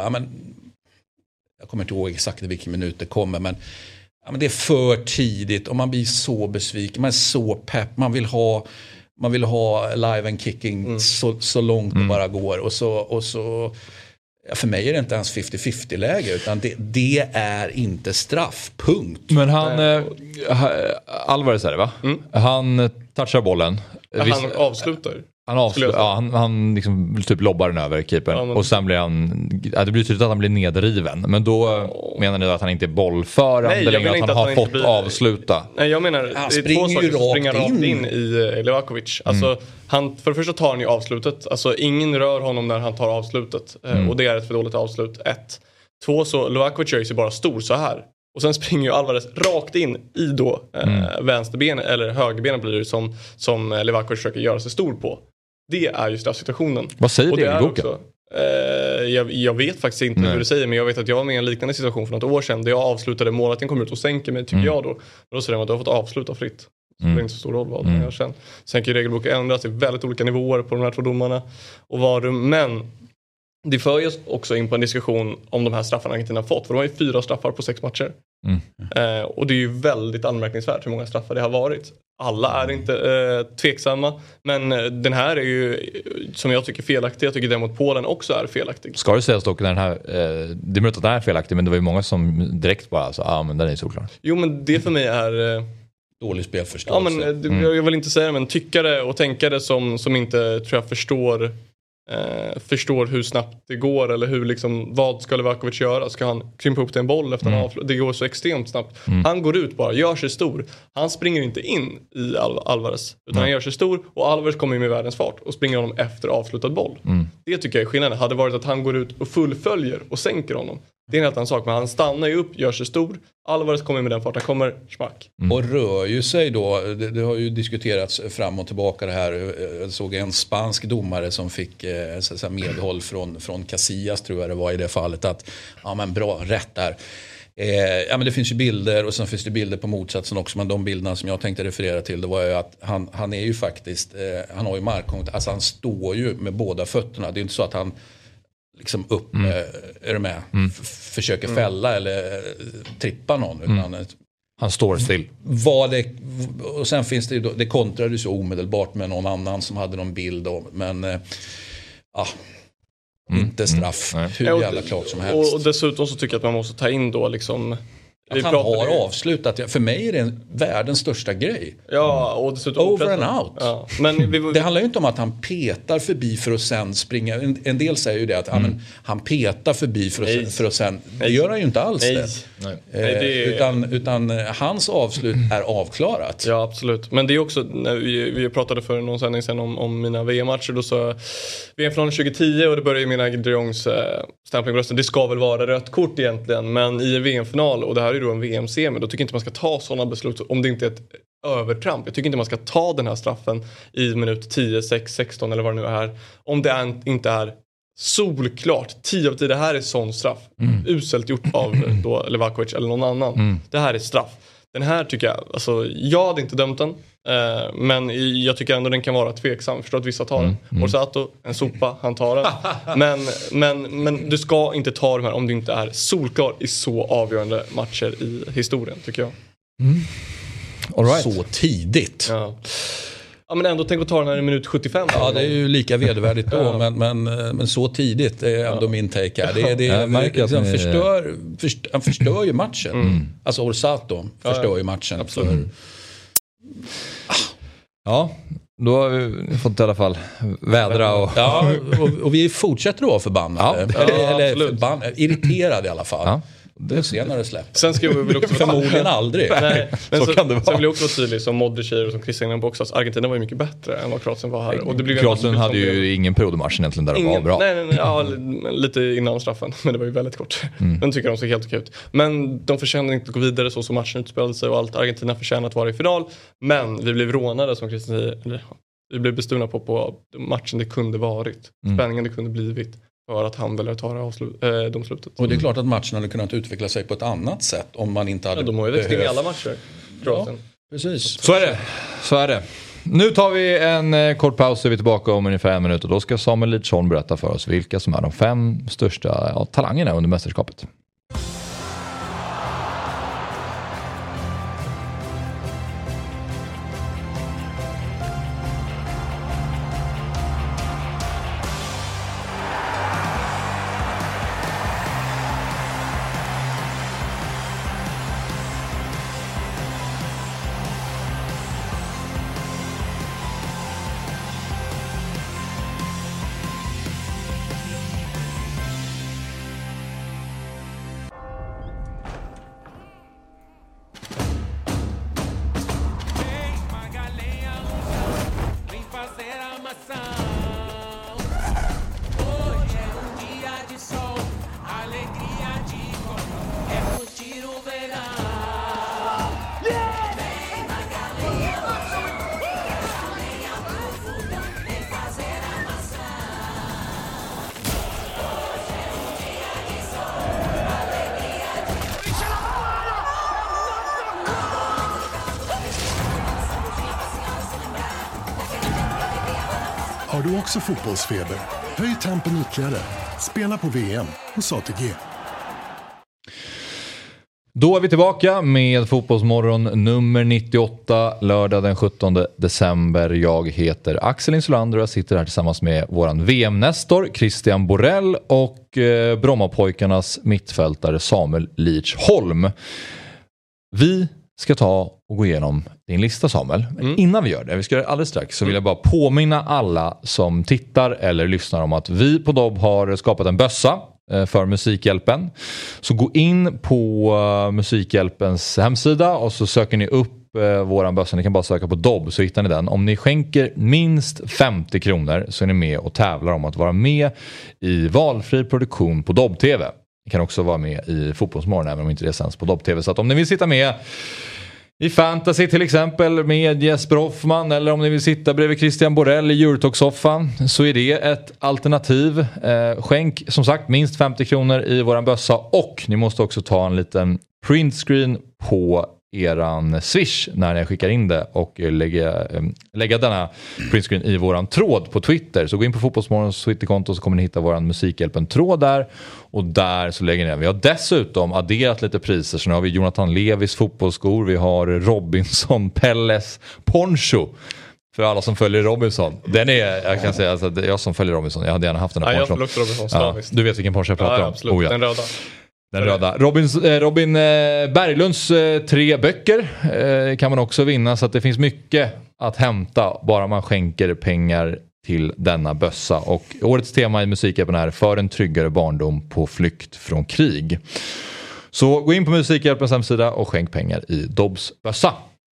jag kommer inte ihåg exakt i vilken minut det kommer, men det är för tidigt och man blir så besviken, man är så pepp, man vill ha live and kicking så långt det bara går och så för mig är det inte ens 50-50 läge, utan det är inte straff, punkt. Men Alvarez är det va? Han touchar bollen. Han avslutar. Han liksom typ lobbar den över keepern och sen blir det blir tydligt att han blir nedriven, men då menar ni att han inte är bollförande längre, att han har fått avsluta? Nej, jag menar han det är två saker som springer rakt in i Livakovic. Alltså han, för det första tar han ju avslutet, alltså ingen rör honom när han tar avslutet och det är ett för dåligt avslut, 1. 2, så Livakovic gör ju sig bara stor så här. Och sen springer ju Alvarez rakt in i då vänsterbenet, eller högerbenet blir det som Livakovic försöker göra sig stor på. Det är ju straffsituationen. Vad säger regelboken? Jag vet faktiskt inte hur det säger, men jag vet att jag var med i en liknande situation för något år sedan där jag avslutade, målvakten kom ut och sänker mig, tycker jag då. Och då säger de att du har fått avsluta fritt. Så det är inte så stor roll vad man gör sen. Sen kan ju regelboken ändras i väldigt olika nivåer på de här 2 domarna. Men det för ju också in på en diskussion om de här straffarna Argentina har fått. För de har ju 4 straffar på 6 matcher. Och det är ju väldigt anmärkningsvärt hur många straffar det har varit. Alla är inte tveksamma. Men den här är ju, som jag tycker, felaktig. Jag tycker däremot Polen också är felaktig. Ska det sägas dock den här, det är möjligt att den är felaktig, men det var ju många som direkt bara alltså, men den är solklar. Jo, men det för mig är dålig spelförståelse. Ja, men jag vill inte säga det, men tyckare och tänkare som inte tror jag förstår hur snabbt det går, eller hur liksom, vad ska Livakovic göra? Ska han krympa upp till en boll efter det går så extremt snabbt. Han går ut bara, gör sig stor. Han springer inte in i Alvarez, utan han gör sig stor och Alvarez kommer med världens fart och springer honom efter avslutad boll. Det tycker jag är skillnaden. Hade varit att han går ut och fullföljer och sänker honom, det är en helt annan sak, men han stannar ju upp, gör sig stor. Alvarez kommer med den farten, kommer smack. Och rör ju sig då, det har ju diskuterats fram och tillbaka det här. Jag såg en spansk domare som fick medhåll från Casillas, tror jag det var i det fallet, att bra, rätt där. Men det finns ju bilder, och sen finns det bilder på motsatsen också, men de bilderna som jag tänkte referera till, det var ju att han är ju faktiskt, han har ju markkontakt, alltså han står ju med båda fötterna. Det är inte så att han liksom är du med? Försöker fälla eller trippa någon, utan han står still. Och sen finns det ju, det kontrade så omedelbart med någon annan som hade någon bild om, men inte straff. Hur jävla klart som helst. Och dessutom så tycker jag att man måste ta in då liksom att han har avslutat. För mig är det världens största grej. Ja, och dessutom over and out. Ja. Men det handlar ju inte om att han petar förbi för att sen springa. En del säger ju det att han petar förbi för att sen. Det gör han ju inte alls. Utan hans avslut är avklarat. Ja, absolut. Men det är också, när vi pratade för någon sändning sen om mina VM-matcher, då så VM-finalen 2010, och det började ju med De Jongs stämpling på rösten. Det ska väl vara rött kort egentligen, men i en VM-final, och det här är ju då en VM-semi, då tycker jag inte man ska ta sådana beslut om det inte är ett övertramp. Jag tycker inte man ska ta den här straffen i minut 10, 6, 16 eller vad det nu är här, om det inte är solklart 10 av 10, det här är sån straff. Uselt gjort av då Livakovic eller någon annan. Det här är straff. Den här tycker jag, alltså jag hade inte dömt den, men jag tycker ändå den kan vara tveksam. Jag förstår att vissa tar den. Orsato, en sopa, han tar den. Men du ska inte ta de här om du inte är solklar i så avgörande matcher i historien, tycker jag. All right. Så tidigt. Ja, men ändå tänk att ta den här i minut 75. Ja, det är ju lika vedervärdigt då, men så tidigt är ändå min take här. Han förstör ju matchen. Alltså Orsato förstör ju matchen. Absolut. Ja, då har vi fått i alla fall vädra och... Ja, och vi fortsätter då förbannade. Eller irriterade i alla fall. Det ser när det släpper. Sen ska vi också förmodligen aldrig. Nej, men så kan det vara. Sen vill jag också vara tydlig som Modric och som Christian också. Alltså, Argentina var ju mycket bättre än vad Kroatien var här. Och det blev Kroatien hade ju ingen period i matchen egentligen där de var bra. Nej, lite innan straffen. Men det var ju väldigt kort. Den tycker de såg helt okej ut. Men de förtjänade inte att gå vidare så som matchen utspelade sig och allt. Argentina förtjänade att vara i final. Men vi blev rånade som Christian säger. Vi blev bestulna på matchen det kunde varit. Spänningen det kunde blivit. För att han ville ta domslutet. Och det är klart att matchen hade kunnat utveckla sig på ett annat sätt om man inte hade de har ju växt in i alla matcher. Ja, precis. Så är det. Nu tar vi en kort paus och är vi tillbaka om ungefär 1 minut. Och då ska Samuel Lidsholm berätta för oss vilka som är de 5 största talangerna under mästerskapet. Har du också fotbollsfeber? Höj tempen ytterligare. Spela på VM hos ATG. Då är vi tillbaka med Fotbollsmorgon nummer 98, lördag den 17 december. Jag heter Axel Insulander och jag sitter här tillsammans med våran VM-nestor Christian Borell och Brommapojkarnas mittfältare Samuel Lidsholm. Vi ska ta och gå igenom din lista, Samuel. Innan vi gör det, vi ska göra det alldeles strax, så vill jag bara påminna alla som tittar eller lyssnar om att vi på Dobb har skapat en bössa för Musikhjälpen. Så gå in på Musikhjälpens hemsida och så söker ni upp våran bössa. Ni kan bara söka på Dobb så hittar ni den. Om ni skänker minst 50 kronor så är ni med och tävlar om att vara med i valfri produktion på Dobb TV. Ni kan också vara med i Fotbollsmorgon även om inte det sänds på Dobb TV. Så att om ni vill sitta med i fantasy till exempel med Jesper Hoffman eller om ni vill sitta bredvid Christian Borell i Eurotalk-soffan så är det ett alternativ. Skänk som sagt minst 50 kronor i våran bössa och ni måste också ta en liten printscreen på eran Swish när ni skickar in det och lägga denna printscreen i våran tråd på Twitter. Så gå in på Fotbollsmorgons Twitterkonto så kommer ni hitta våran Musikhjälpen-tråd där och där så lägger ni. Vi har dessutom adderat lite priser så nu har vi Jonathan Levis fotbollsskor, vi har Robinson Pelles poncho. För alla som följer Robinson. Den är, jag kan säga, alltså, jag som följer Robinson, jag hade gärna haft den här ponchon. Jag följer Robinson slaviskt. Du vet vilken poncho jag pratar om? Absolut, den röda. Den röda. Robin Berglunds 3 böcker kan man också vinna så att det finns mycket att hämta bara man skänker pengar till denna bössa. Och årets tema i Musikhjälpen är för en tryggare barndom på flykt från krig. Så gå in på Musikhjälpens hemsida och skänk pengar i Dobbs bössa.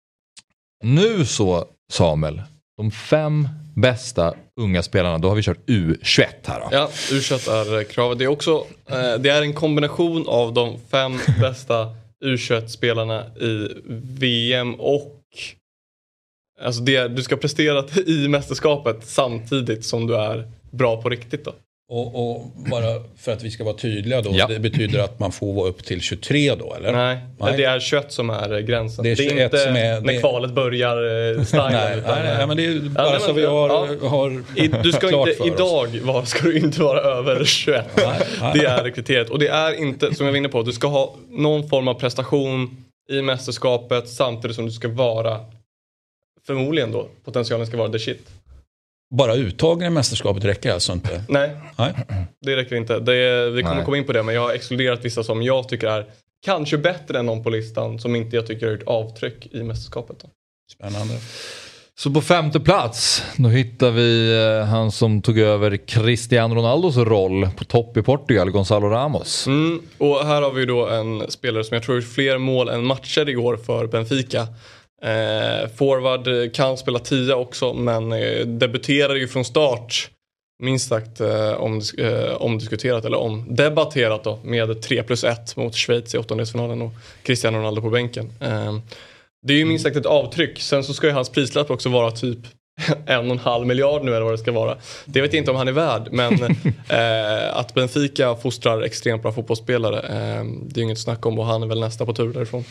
Nu så Samuel, de 5 bästa unga spelarna, då har vi kört U21 här då. Ja, U21 är kravet. Det är också det är en kombination av de 5 bästa U21-spelarna i VM och alltså du ska prestera i mästerskapet samtidigt som du är bra på riktigt då. Och bara för att vi ska vara tydliga då, det betyder att man får vara upp till 23 då, eller? Nej. Det är 21 som är gränsen. Det är inte som är, när kvalet börjar stylen. nej, men det är bara så vi har du ska klart inte, för idag ska du inte vara över 21. Det är rekryteret. Och det är inte, som jag var inne på, du ska ha någon form av prestation i mästerskapet samtidigt som du ska vara, förmodligen då, potentialen ska vara the shit. Bara uttagen i mästerskapet räcker alltså inte? Nej. Det räcker inte. Vi kommer komma in på det, men jag har exkluderat vissa som jag tycker är kanske bättre än någon på listan som inte jag tycker har gjort avtryck i mästerskapet. Då. Spännande. Så på 5:e plats, då hittar vi han som tog över Cristiano Ronaldos roll på topp i Portugal, Gonzalo Ramos. Och här har vi då en spelare som jag tror fler mål än matcher i år för Benfica. Forward kan spela 10 också, men debuterar ju från start minst sagt omdiskuterat eller omdebatterat då, med 3+1 mot Schweiz i åttondelsfinalen och Cristiano Ronaldo på bänken. Det är ju minst sagt ett avtryck. Sen så ska ju hans prislapp också vara typ 1,5 miljard nu eller vad det ska vara. Det vet jag inte om han är värd, men att Benfica fostrar extremt bra fotbollsspelare, det är inget snack om, och han är väl nästa på tur därifrån.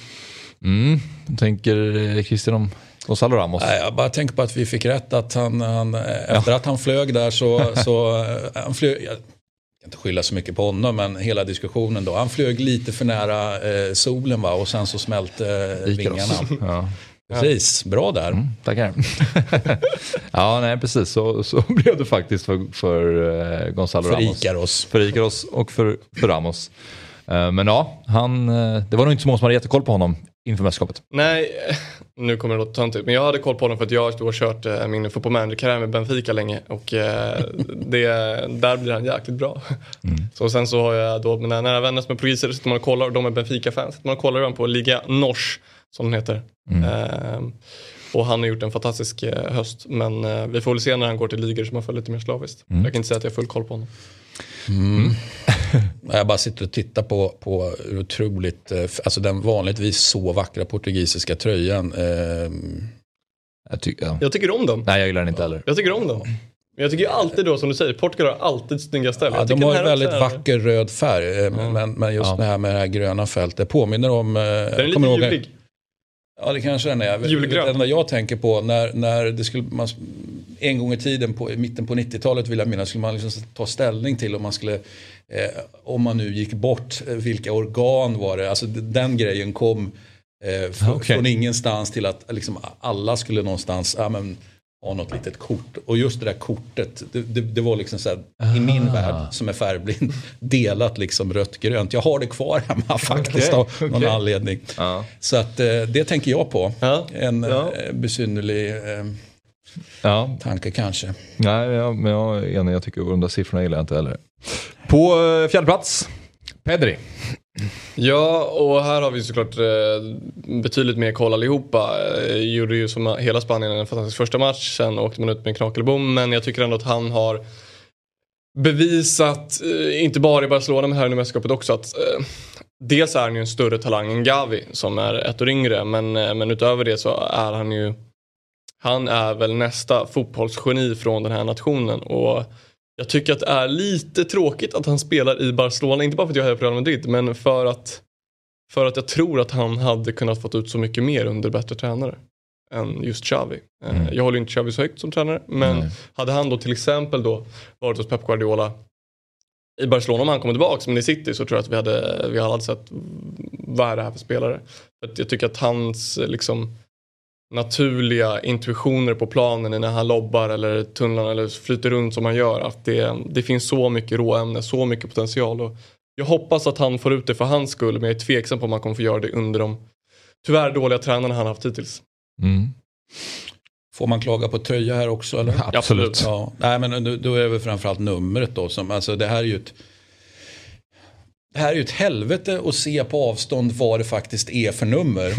Tänker Christian om Gonzalo Ramos? Nej, jag bara tänker på att vi fick rätt att han efter att han flög där så han flög, jag kan inte skylla så mycket på honom, men hela diskussionen då, han flög lite för nära solen, va, och sen så smälte vingarna. Ja. Precis, bra där. Tackar. Ja, nej, precis. Så blev det faktiskt för Gonzalo Ramos. För Ikaros och för Ramos. Men ja, det var nog inte så många som hade jättekoll på honom inför mästerskapet. Nej, nu kommer det låta töntigt, men jag hade koll på honom för att jag har kört min fotbollmanager-karriär med Benfica länge, och där blir han jäkligt bra. Så sen så har jag då mina nära vänner som är poliser, så man kollar, och de är Benfica-fans, man kollar dem på Liga Nors som den heter. Och han har gjort en fantastisk höst, men vi får väl se när han går till ligor som man får lite mer slaviskt. Jag kan inte säga att jag har full koll på honom. Jag bara sitter och tittar på otroligt, alltså den vanligtvis så vackra portugisiska tröjan. Jag tycker om den. Nej, jag gillar den inte heller. Jag tycker om den. Men jag tycker ju alltid då, som du säger, Portugal har alltid snygga ställen. Ja, de har ju väldigt vacker röd färg, men just det här med det här gröna fältet påminner om... Den är lite julig. Ja, det kanske den är. Det enda jag tänker på, när det skulle... En gång i tiden, i mitten på 90-talet vill jag minnas, skulle man liksom ta ställning till om man skulle... om man nu gick bort, vilka organ var det? Alltså den grejen kom från ingenstans till att liksom alla skulle någonstans ha något litet kort. Och just det där kortet, det var liksom så här, i min värld som är färgblind, delat liksom rött-grönt. Jag har det kvar hemma faktiskt av någon anledning. Så att det tänker jag på. En besynnerlig... tanke kanske. Nej, men jag tycker de där siffrorna gillar jag inte heller. På 4:e plats, Pedri. Ja, och här har vi såklart betydligt mer koll allihopa. Gjorde ju som hela Spanien en fantastisk första match, sen åkte man ut med knakelbom, men jag tycker ändå att han har bevisat, inte bara i Barcelona men här i mästerskapet också, att dels är han ju en större talang än Gavi som är ett år yngre, men utöver det så är han är väl nästa fotbollsgeni från den här nationen, och jag tycker att det är lite tråkigt att han spelar i Barcelona, inte bara för att jag hejar på Real Madrid, men för att jag tror att han hade kunnat fått ut så mycket mer under bättre tränare än just Xavi. Jag håller inte Xavi så högt som tränare, men hade han då till exempel då varit hos Pep Guardiola i Barcelona, om han kommer tillbaka men i City, så tror jag att vi hade sett vad är det här för spelare. För att jag tycker att hans liksom naturliga intuitioner på planen när han lobbar eller tunnlar eller flyter runt som han gör, att det finns så mycket råämne, så mycket potential, och jag hoppas att han får ut det för hans skull, men jag är tveksam på om han kommer få göra det under de tyvärr dåliga tränarna han haft hittills. Får man klaga på tröja här också, eller? Absolut. Ja. Nej, men då är det väl framförallt numret då, som, alltså det här är ju ett helvete att se på avstånd vad det faktiskt är för nummer.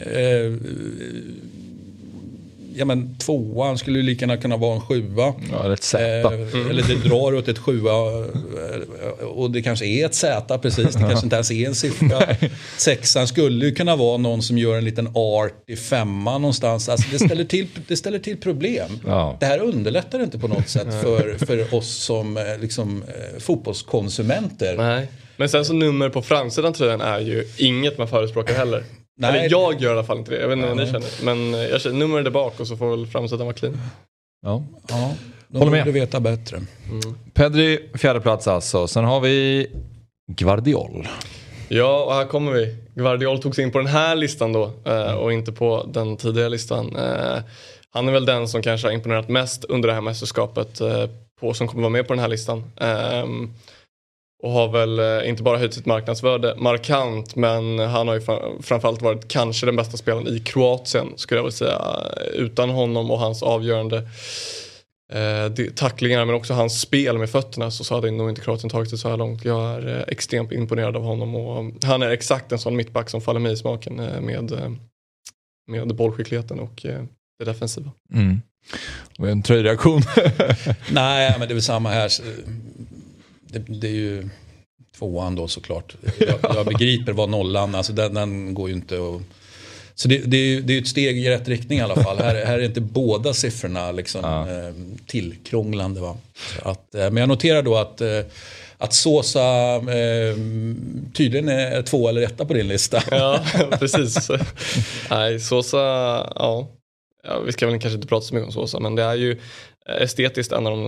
Ja, men 2:an skulle ju lika gärna kunna vara en 7:a. Ja, ett Z. Eller det drar åt ett 7:a. Och det kanske är ett Z, precis. Det kanske inte ens är en siffra. 6:an skulle ju kunna vara någon som gör en liten art i 5:an någonstans. Alltså det ställer till problem. Ja. Det här underlättar inte på något sätt för oss som liksom, fotbollskonsumenter. Nej. Men sen så nummer på framsidan tröjan är ju inget man förespråkar heller. Nej. Eller jag gör i alla fall inte det. Jag vet inte vad ni känner. Men jag känner nummer där bak, och så får väl framsidan vara clean. Ja. De borde veta bättre. Pedri, 4:e plats alltså. Sen har vi Gvardiol. Ja, och här kommer vi. Gvardiol togs in på den här listan då, och inte på den tidigare listan. Han är väl den som kanske har imponerat mest under det här mästerskapet, som kommer vara med på den här listan. Och har väl inte bara höjt sitt marknadsvärde markant, men han har ju framförallt varit kanske den bästa spelaren i Kroatien, skulle jag vilja säga. Utan honom och hans avgörande tacklingar, men också hans spel med fötterna, så hade nog inte Kroatien tagit det så här långt. Jag är extremt imponerad av honom, och han är exakt en sån mittback som faller mig i smaken med bollskickligheten och det defensiva. Och en tröjreaktion. Nej, men det är väl samma här. Det är ju 2:an då såklart. Jag begriper vad 0:an, alltså den går ju inte att... Så det är ju ett steg i rätt riktning i alla fall. Här är inte båda siffrorna liksom tillkrånglande, va? Men jag noterar då att Sosa tydligen är 2 eller 1 på din lista. Ja, precis. Nej, Sosa, ja, vi ska väl kanske inte prata så mycket om Sosa, men det är ju estetiskt en av de...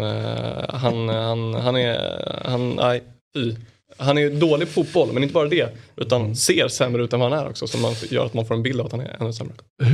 Han är ju dålig på fotboll, men inte bara det, utan ser sämre ut än vad han är också, som gör att man får en bild av att han är ännu sämre.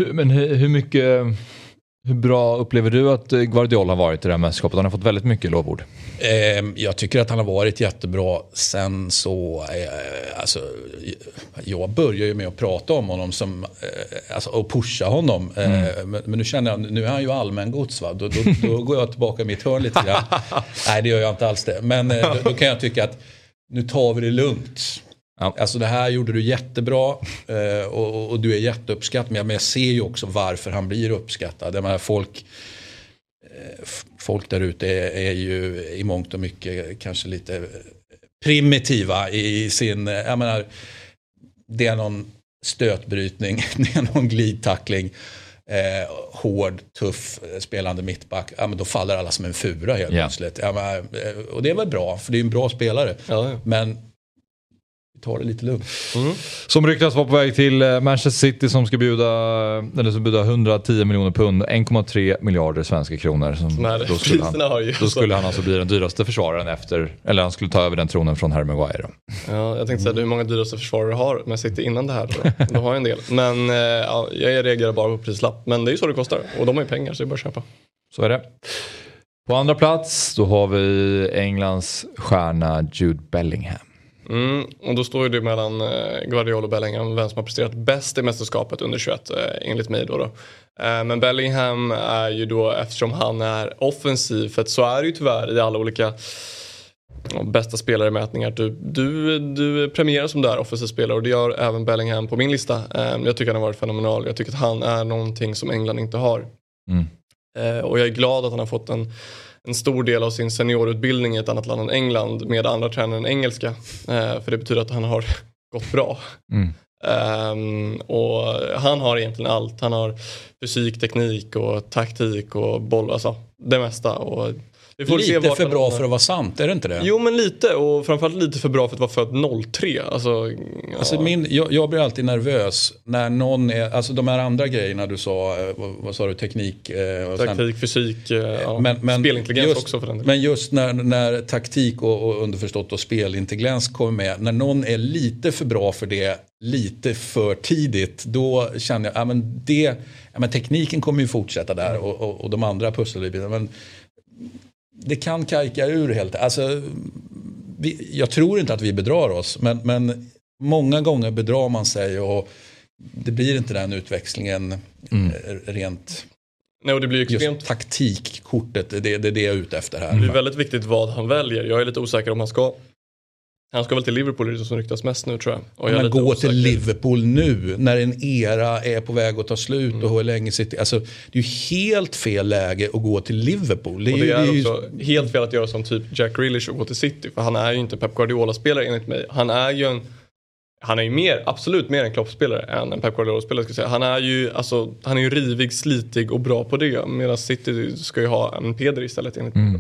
Hur bra upplever du att Guardiola har varit i det här mästerskapet? Han har fått väldigt mycket lovord. Jag tycker att han har varit jättebra. Sen så alltså, jag börjar ju med att prata om honom som, alltså, och pusha honom. Men nu känner jag, nu är han ju allmängods, va? Då går jag tillbaka i mitt hörn lite grann. Nej, det gör jag inte alls det. Men då kan jag tycka att nu tar vi det lugnt. Ja. Alltså det här gjorde du jättebra och du är jätteuppskattad, men jag ser ju också varför han blir uppskattad. Jag menar, folk där ute är ju i mångt och mycket kanske lite primitiva i sin, jag menar, det är någon stötbrytning, det är någon glidtackling, hård, tuff, spelande mittback, ja, men då faller alla som en fura helt plötsligt. Ja, men, och det är väl bra, för det är en bra spelare. Ja. Men ta det lite lugnt. Som ryktas var på väg till Manchester City, som ska bjuda 110 miljoner pund, 1,3 miljarder svenska kronor. Då skulle han alltså bli den dyraste försvararen efter, eller han skulle ta över den tronen från Harry Maguire. Ja, jag tänkte säga hur många dyraste försvarare har med City innan det här då. De har ju en del. Men ja, jag reagerar bara på prislapp. Men det är ju så det kostar. Och de har ju pengar, så det är bara att köpa. Så är det. På andra plats då har vi Englands stjärna Jude Bellingham. Och då står ju det mellan Guardiola och Bellingham, vem som har presterat bäst i mästerskapet under 21 enligt mig då. Men Bellingham är ju då, eftersom han är offensiv, för att så är det ju tyvärr i alla olika bästa spelare i mätningar. Du premierar som där offensiv spelare, och det gör även Bellingham på min lista. Jag tycker han har varit fenomenal. Jag tycker att han är någonting som England inte har. Och jag är glad att han har fått en stor del av sin seniorutbildning i ett annat land än England med andra tränare än engelska. För det betyder att han har gått bra. Och han har egentligen allt. Han har fysik, teknik och taktik och boll, alltså det mesta. Och vi får lite för bra för att vara sant, är det inte det? Jo, men lite, och framförallt lite för bra för att vara född 03. Alltså, jag blir alltid nervös när någon är, alltså de här andra grejerna du sa, vad sa du, teknik, taktik, fysik, spelintelligens också för den delen. Men just när taktik och underförstått och spelintelligens kommer med, när någon är lite för bra för det lite för tidigt, då känner jag men tekniken kommer ju fortsätta där och de andra pusselbitarna, men det kan kajka ur helt. Alltså, jag tror inte att vi bedrar oss, men många gånger bedrar man sig, och det blir inte den utväxlingen rent. Nej, och det blir extremt taktikkortet, det är det jag är ute efter här. Det är väldigt viktigt vad han väljer. Jag är lite osäker om han ska väl till Liverpool, som ryktas mest nu, tror jag. Och men gå till Liverpool nu när en era är på väg att ta slut och hur länge sitter. Alltså, det är ju helt fel läge att gå till Liverpool. Det är också helt fel att göra som typ Jack Grealish och gå till City, för han är ju inte Pep Guardiola-spelare enligt mig. Han är ju absolut mer en Klopp-spelare än en Pep Guardiola-spelare, ska jag säga. Han är ju rivig, slitig och bra på det, medan City ska ju ha en Pedri istället enligt mig.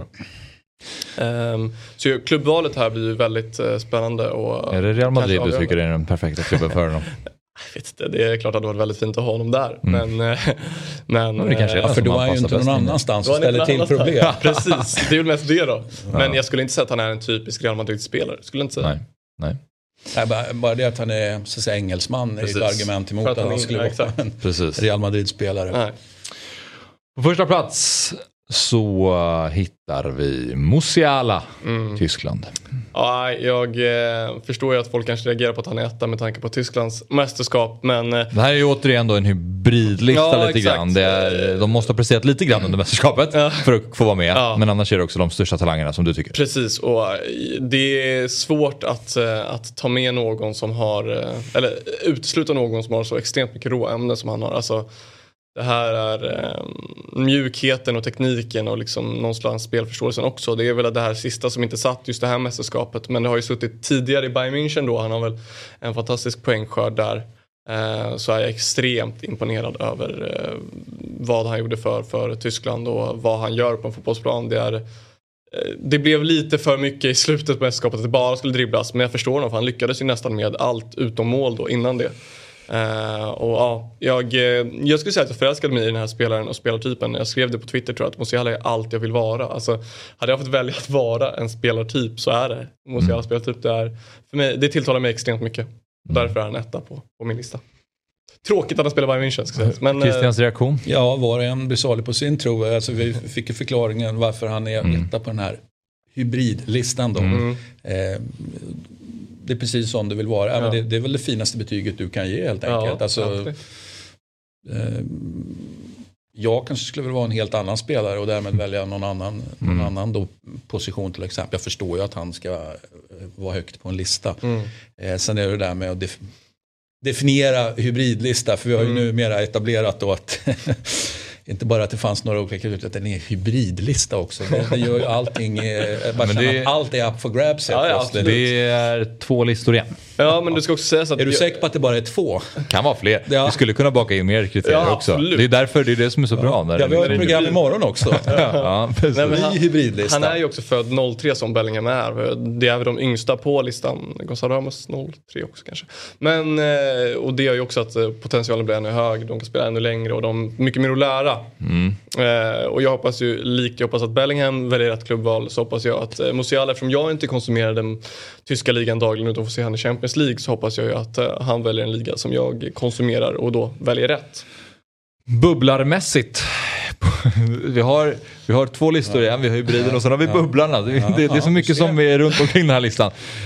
Så klubbvalet här blir ju väldigt spännande. Och är det Real Madrid du tycker är den perfekta klubben för honom? Jag vet inte, det är klart att det var väldigt fint att ha honom där. Men det kanske är för då är ju inte någon annanstans och ställer till problem. Precis, det är ju mest det då. Men jag skulle inte säga att han är en typisk Real Madrid-spelare. Skulle inte säga. Nej. Bara det att han är, så att säga, engelsman är ett argument emot att han skulle vara en Real Madrid-spelare. På första plats så hittar vi Musiala, Tyskland. Ja, jag förstår ju att folk kanske reagerar på att han är etta med tanke på Tysklands mästerskap, men... Det här är ju återigen då en hybridlista lite grann. De måste ha presterat lite grann under mästerskapet för att få vara med, men annars är det också de största talangerna som du tycker. Precis, och det är svårt att ta med någon som har, eller utesluta någon som har så extremt mycket råämnen som han har. Alltså, det här är mjukheten och tekniken och liksom någonstans spelförståelsen också. Det är väl det här sista som inte satt just det här mästerskapet. Men det har ju suttit tidigare i Bayern München då. Han har väl en fantastisk poängskörd där. Så är jag extremt imponerad över vad han gjorde för Tyskland och vad han gör på en fotbollsplan. Det blev lite för mycket i slutet på mästerskapet att det bara skulle dribblas. Men jag förstår honom, för han lyckades ju nästan med allt utom mål då innan det. Och ja, jag skulle säga att jag förälskade mig i den här spelaren och spelartypen. Jag skrev det på Twitter, tror jag, att Musiala är allt jag vill vara. Alltså, hade jag fått välja att vara en spelartyp så är det Musiala spelartyp. För mig, det tilltalar mig extremt mycket. Därför är han etta på min lista. Tråkigt att han spelar Bayern München, ska säga. Men Christians reaktion? Ja, var och en blir salig på sin tro. Alltså, vi fick ju förklaringen varför han är etta på den här hybridlistan då. Det är precis som du vill vara. Men det är väl det finaste betyget du kan ge, helt enkelt. Alltså, jag kanske skulle vilja vara en helt annan spelare och därmed välja någon annan då position till exempel. Jag förstår ju att han ska vara högt på en lista. Sen är det där med att definiera hybridlista, för vi har ju numera etablerat då att inte bara att det fanns några olika utan att det är en hybridlista också. Det gör ju allting, allt är up for grabs. Det är 2 listor igen. Ja, men du ska också säga så att... Är du säker på att det bara är 2? Kan vara fler. Ja. Vi skulle kunna baka in mer kriterier också. Absolut. Det är därför det är det som är så bra. När vi har ett program imorgon också. Hybridlista. Han är ju också född 03 som Bellingham är. Det är väl de yngsta på listan. Gonzalo Ramos 03 också kanske. Men, och det gör ju också att potentialen blir ännu hög. De kan spela ännu längre och de är mycket mer att lära. Och jag hoppas att Bellingham väljer ett klubbval, så hoppas jag att Musiala, eftersom jag inte konsumerar den tyska ligan dagligen utan får se han i Champions League, så hoppas jag ju att han väljer en liga som jag konsumerar och då väljer rätt. Bubblarmässigt, vi har 2 listor igen, vi har hybriden och sen har vi bubblarna. Det är så mycket som är runt omkring den här listan.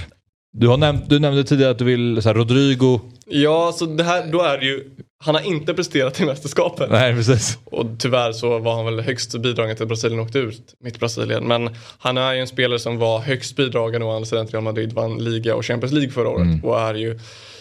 Du nämnde tidigare att du vill så här, Rodrigo. Ja, så det här, då är det ju, han har inte presterat i mästerskapet. Nej, precis. Och tyvärr så var han väl högst bidragande till Brasilien åkte ut mitt Brasilien. Men han är ju en spelare som var högst bidragande och andra sidan Real Madrid vann liga och Champions League förra året. Och är ju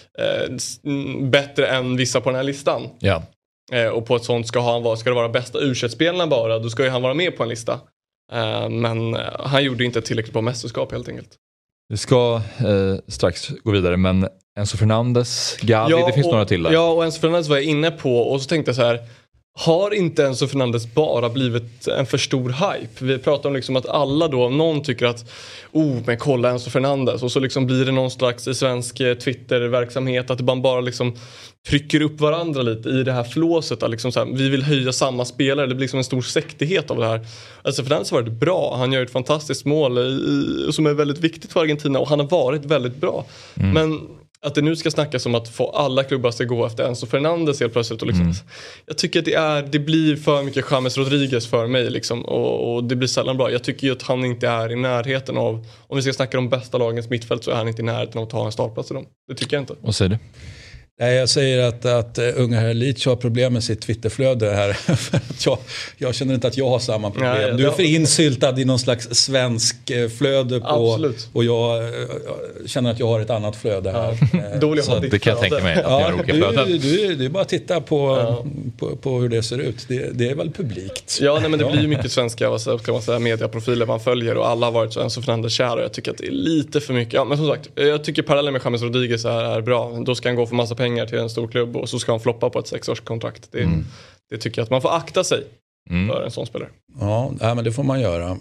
bättre än vissa på den här listan. Ja. Och på ett sånt ska det vara bästa U21-spelarna bara, då ska ju han vara med på en lista. Men han gjorde inte tillräckligt på mästerskap helt enkelt. Vi ska strax gå vidare, men Enzo Fernandes, Gavi, det finns några till där. Ja, och Enzo Fernandes var jag inne på och så tänkte jag så här, har inte Enzo Fernandes bara blivit en för stor hype? Vi pratar om liksom att alla då, någon tycker att men kolla Enzo Fernandes, och så liksom blir det någon slags i svensk Twitter-verksamhet att man bara liksom trycker upp varandra lite i det här flåset att liksom så här, vi vill höja samma spelare, det blir liksom en stor sektighet av det här. Alltså Fernandes har varit bra, han gör ett fantastiskt mål som är väldigt viktigt för Argentina och han har varit väldigt bra. Men att det nu ska snackas om att få alla klubbar att gå efter Enzo Fernandes helt plötsligt och liksom, jag tycker att det blir för mycket James Rodriguez för mig liksom, och det blir sällan bra. Jag tycker ju att han inte är i närheten av, om vi ska snacka om bästa lagens mittfält, så är han inte i närheten av att ta en startplats i dem. Det tycker jag inte. Vad säger du? Nej, jag säger att unga herr Leach har problem med sitt Twitterflöde här. För att jag känner inte att jag har samma problem. Nej, du är för insyltad i någon slags svensk flöde på, absolut. Och jag känner att jag har ett annat flöde här. Så det kan jag tänka mig att jag har olika flöden. Du bara titta på hur det ser ut. Det är väl publikt. Ja, nej, men det blir ju mycket svenska kan man säga, mediaprofiler man följer och alla har varit så Enzo Fernandes kär och jag tycker att det är lite för mycket. Ja, men som sagt, jag tycker parallellen med James Rodriguez är bra. Då ska han gå för massa pengar till en stor klubb och så ska han floppa på ett 6-årskontrakt. Det tycker jag att man får akta sig för en sån spelare. Ja, men det får man göra.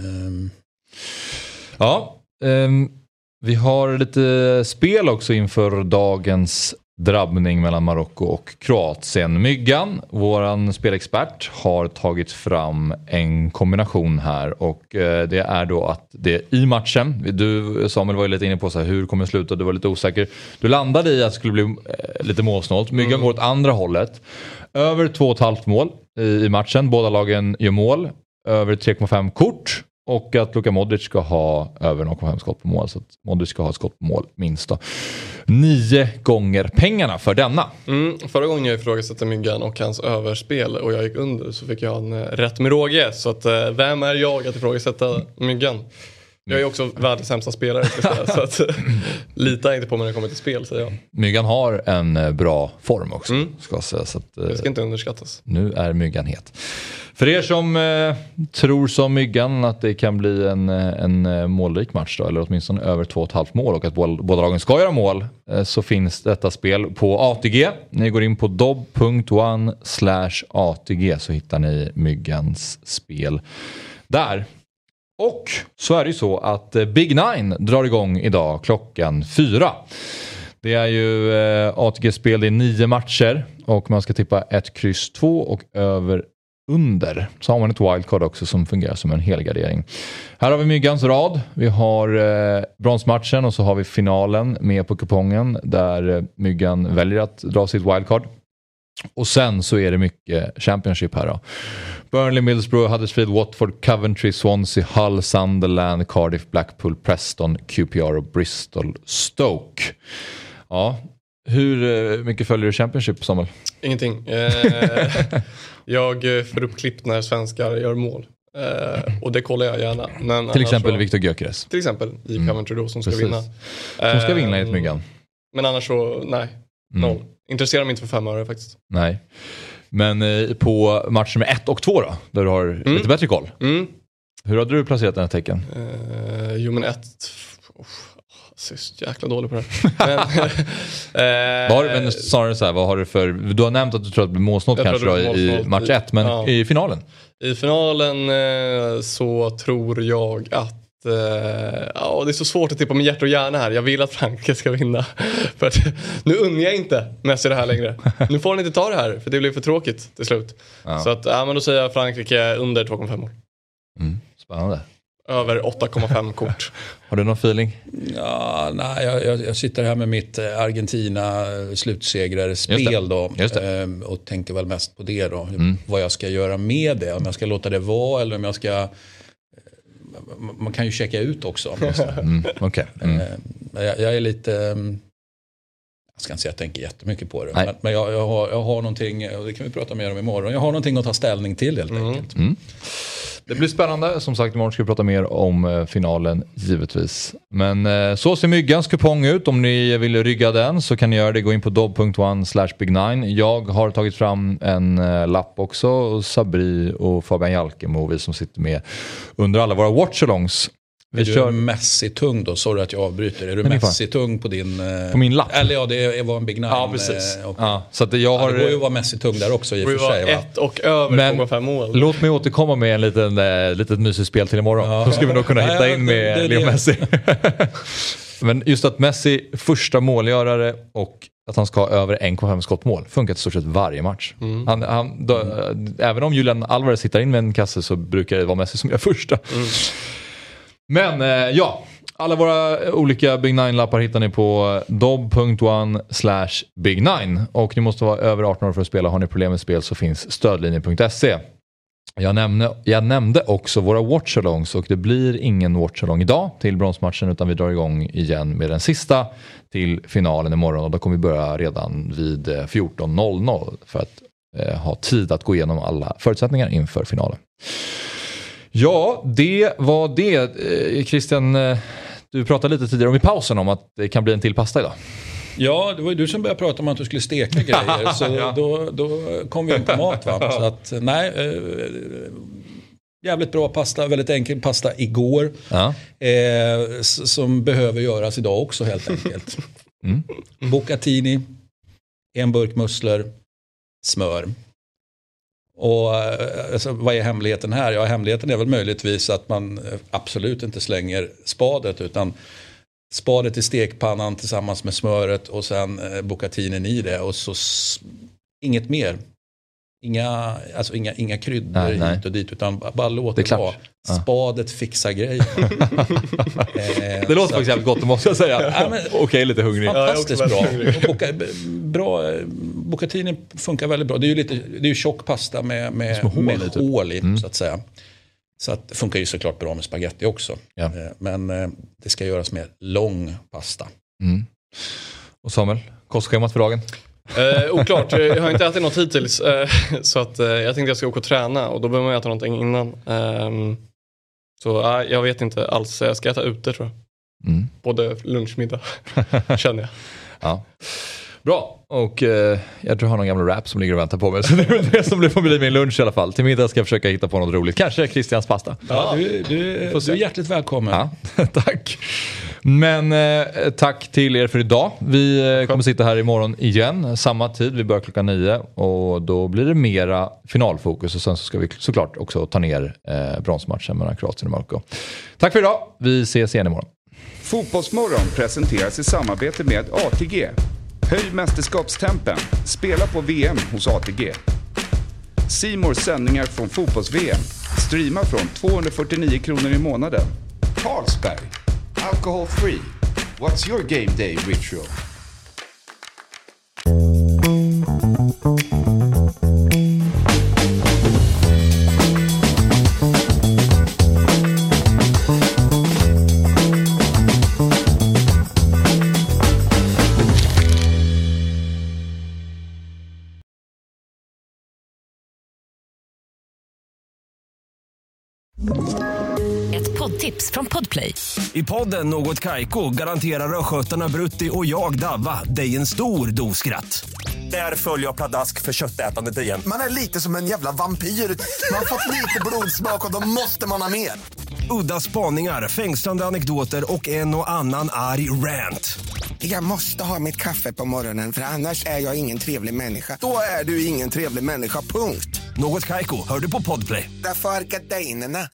Vi har lite spel också inför dagens drabbning mellan Marocko och Kroatien. Myggan, våran spelexpert, har tagit fram en kombination här och det är då att det i matchen, du Samuel var ju lite inne på så här, hur kommer det sluta, du var lite osäker. Du landade i att det skulle bli lite målsnålt. Myggan går åt andra hållet. Över 2,5 mål i matchen, båda lagen gör mål. över 3,5 kort. Och att Luka Modric ska ha över 0,5 skott på mål. Så att Modric ska ha ett skott på mål minst då. 9 gånger pengarna för denna. Förra gången jag ifrågasatte Myggan och hans överspel och jag gick under så fick jag en rätt med råge. Så att, vem är jag att ifrågasätta Myggan? Jag är också världens sämsta spelare så att lita inte på mig när det kommer till spel, säger jag. Myggan har en bra form också. Ska säga, så att, det ska inte underskattas. Nu är Myggan het. För er som tror som Myggan att det kan bli en målrik match då, eller åtminstone över 2,5 mål och att båda lagen ska göra mål, så finns detta spel på ATG. Ni går in på dob.one/ATG så hittar ni Myggans spel där. Och så är det ju så att Big Nine drar igång idag klockan 4. Det är ju ATG-spel, det är 9 matcher och man ska tippa 1-2 och över under. Så har man ett wildcard också som fungerar som en helgardering. Här har vi Myggans rad. Vi har bronsmatchen och så har vi finalen med på kupongen där Myggan väljer att dra sitt wildcard. Och sen så är det mycket Championship här då. Burnley, Middlesbrough, Huddersfield, Watford, Coventry, Swansea, Hull, Sunderland, Cardiff, Blackpool, Preston, QPR och Bristol, Stoke. Ja, hur mycket följer du Championship, Samuel? Ingenting. Jag får upp klipp när svenskar gör mål. Och det kollar jag gärna. Men till exempel så, Viktor Gyökeres. Till exempel i Coventry då som ska vinna. Som ska vinna i ett Myggan. Men annars så, nej. Noll. Intresserar mig inte för 5 öre faktiskt. Nej. Men på matcher med 1 och 2 då? Där du har lite bättre koll. Hur hade du placerat den här tecken? Jo men 1... Jag är så jäkla dålig på det. Men snarare så här, vad har du för... Du har nämnt att du tror att det blir målsnått kanske då, i match 1, men i finalen? I finalen så tror jag att det är så svårt att tippa med hjärta och hjärna här. Jag vill att Frankrike ska vinna. För att, nu unnar jag inte Messi det här längre. Nu får han inte ta det här, för det blir för tråkigt till slut. Ja. Så att, men då säger jag Frankrike under 2,5 mål. Spännande. Över 8,5 kort. Har du någon feeling? Ja, nej, jag sitter här med mitt Argentina slutsegrare-spel då. Och tänker väl mest på det då. Vad jag ska göra med det. Om jag ska låta det vara eller om jag ska... Man kan ju checka ut också. Jag är lite... Jag ska inte säga att jag tänker jättemycket på det. Men jag har någonting, och det kan vi prata mer om imorgon. Jag har någonting att ta ställning till helt enkelt. Det blir spännande. Som sagt, imorgon ska vi prata mer om finalen givetvis. Men så ser Myggans kupong ut. Om ni vill rygga den så kan ni göra det. Gå in på dob.one/big9. Jag har tagit fram en lapp också. Och Sabri och Fabian Jalkemo, vi som sitter med under alla våra watchalongs. Är du Messi-tung då? Sorry att jag avbryter. Är du Messi-tung på din... På min lapp? Eller ja, det var en Big Nine. Ja, precis. Så att jag har... det går ju att vara Messi-tung där också i och för sig. Va? 1 och över 2,5 mål. Låt mig återkomma med en litet mysigt spel till imorgon. Ja. Då ska vi nog kunna hitta in med Leo Messi. Men just att Messi första målgörare och att han ska ha över 1,5 skottmål funkar i stort sett varje match. Även om Julian Alvarez hittar in med en kasse så brukar det vara Messi som gör första. Men alla våra olika Big Nine-lappar hittar ni på dob.one/big9. Och ni måste vara över 18 år för att spela. Har ni problem med spel så finns stödlinjen.se. Jag nämnde också våra watchalongs och det blir ingen watchalong idag till bronsmatchen utan vi drar igång igen med den sista till finalen imorgon och då kommer vi börja redan vid 14.00 för att ha tid att gå igenom alla förutsättningar inför finalen. Ja, det var det. Christian, du pratade lite tidigare om i pausen om att det kan bli en till pasta idag. Ja, det var ju du som började prata om att du skulle steka grejer. Så då kom vi in på mat, va? Så att, jävligt bra pasta, väldigt enkel pasta igår. Som behöver göras idag också helt enkelt. Bucatini, en burk musslor, smör. Och alltså, vad är hemligheten här? Ja, hemligheten är väl möjligtvis att man absolut inte slänger spadet utan spadet i stekpannan tillsammans med smöret och sen bucatinen i det och så inget mer. Inga kryddor hit och dit utan bara låt det vara. Spadet fixar grejer. Det låter faktiskt jävligt gott, måste jag säga. Okej, lite hungrig. Fantastiskt bra. Bucatini funkar väldigt bra. Det är ju tjock pasta med hål i så att säga. Så att det funkar ju såklart bra med spaghetti också. Ja. Men det ska göras med lång pasta. Och Samuel, kostschemat för dagen? Oklart, jag har inte ätit något hittills. Så att jag tänkte jag ska åka och träna. Och då behöver man äta någonting innan. Så jag vet inte alls. Jag ska äta ute tror jag. Både lunchmiddag känner jag. Ja. Bra, och jag tror jag har någon gamla rap som ligger och väntar på mig. Så det är väl det som får bli min lunch i alla fall. Till middag ska jag försöka hitta på något roligt. Kanske Christians pasta. Ja, du är hjärtligt välkommen. Ja, tack. Men tack till er för idag. Vi kommer sitta här imorgon igen. Samma tid, vi börjar 9:00. Och då blir det mera finalfokus. Och sen så ska vi såklart också ta ner bronsmatchen mellan Kroatien och Marocko. Tack för idag, vi ses igen imorgon. Fotbollsmorgon presenteras i samarbete med ATG. Höj mästerskapstempen. Spela på VM hos ATG. C More sändningar från fotbolls-VM. Streama från 249 kronor i månaden. Carlsberg. Alcohol free. What's your game day ritual? Ett poddtips från Podplay. I podden Något Kaiko garanterar röskötarna Brutti och jag Davva dig en stor doskratt. Där följer jag pladask för köttätandet igen. Man är lite som en jävla vampyr. Man har fått lite blodsmak och då måste man ha mer. Udda spaningar, fängslande anekdoter och en och annan arg rant. Jag måste ha mitt kaffe på morgonen för annars är jag ingen trevlig människa. Då är du ingen trevlig människa, punkt. Något Kaiko, hör du på Podplay. Därför är gardinerna.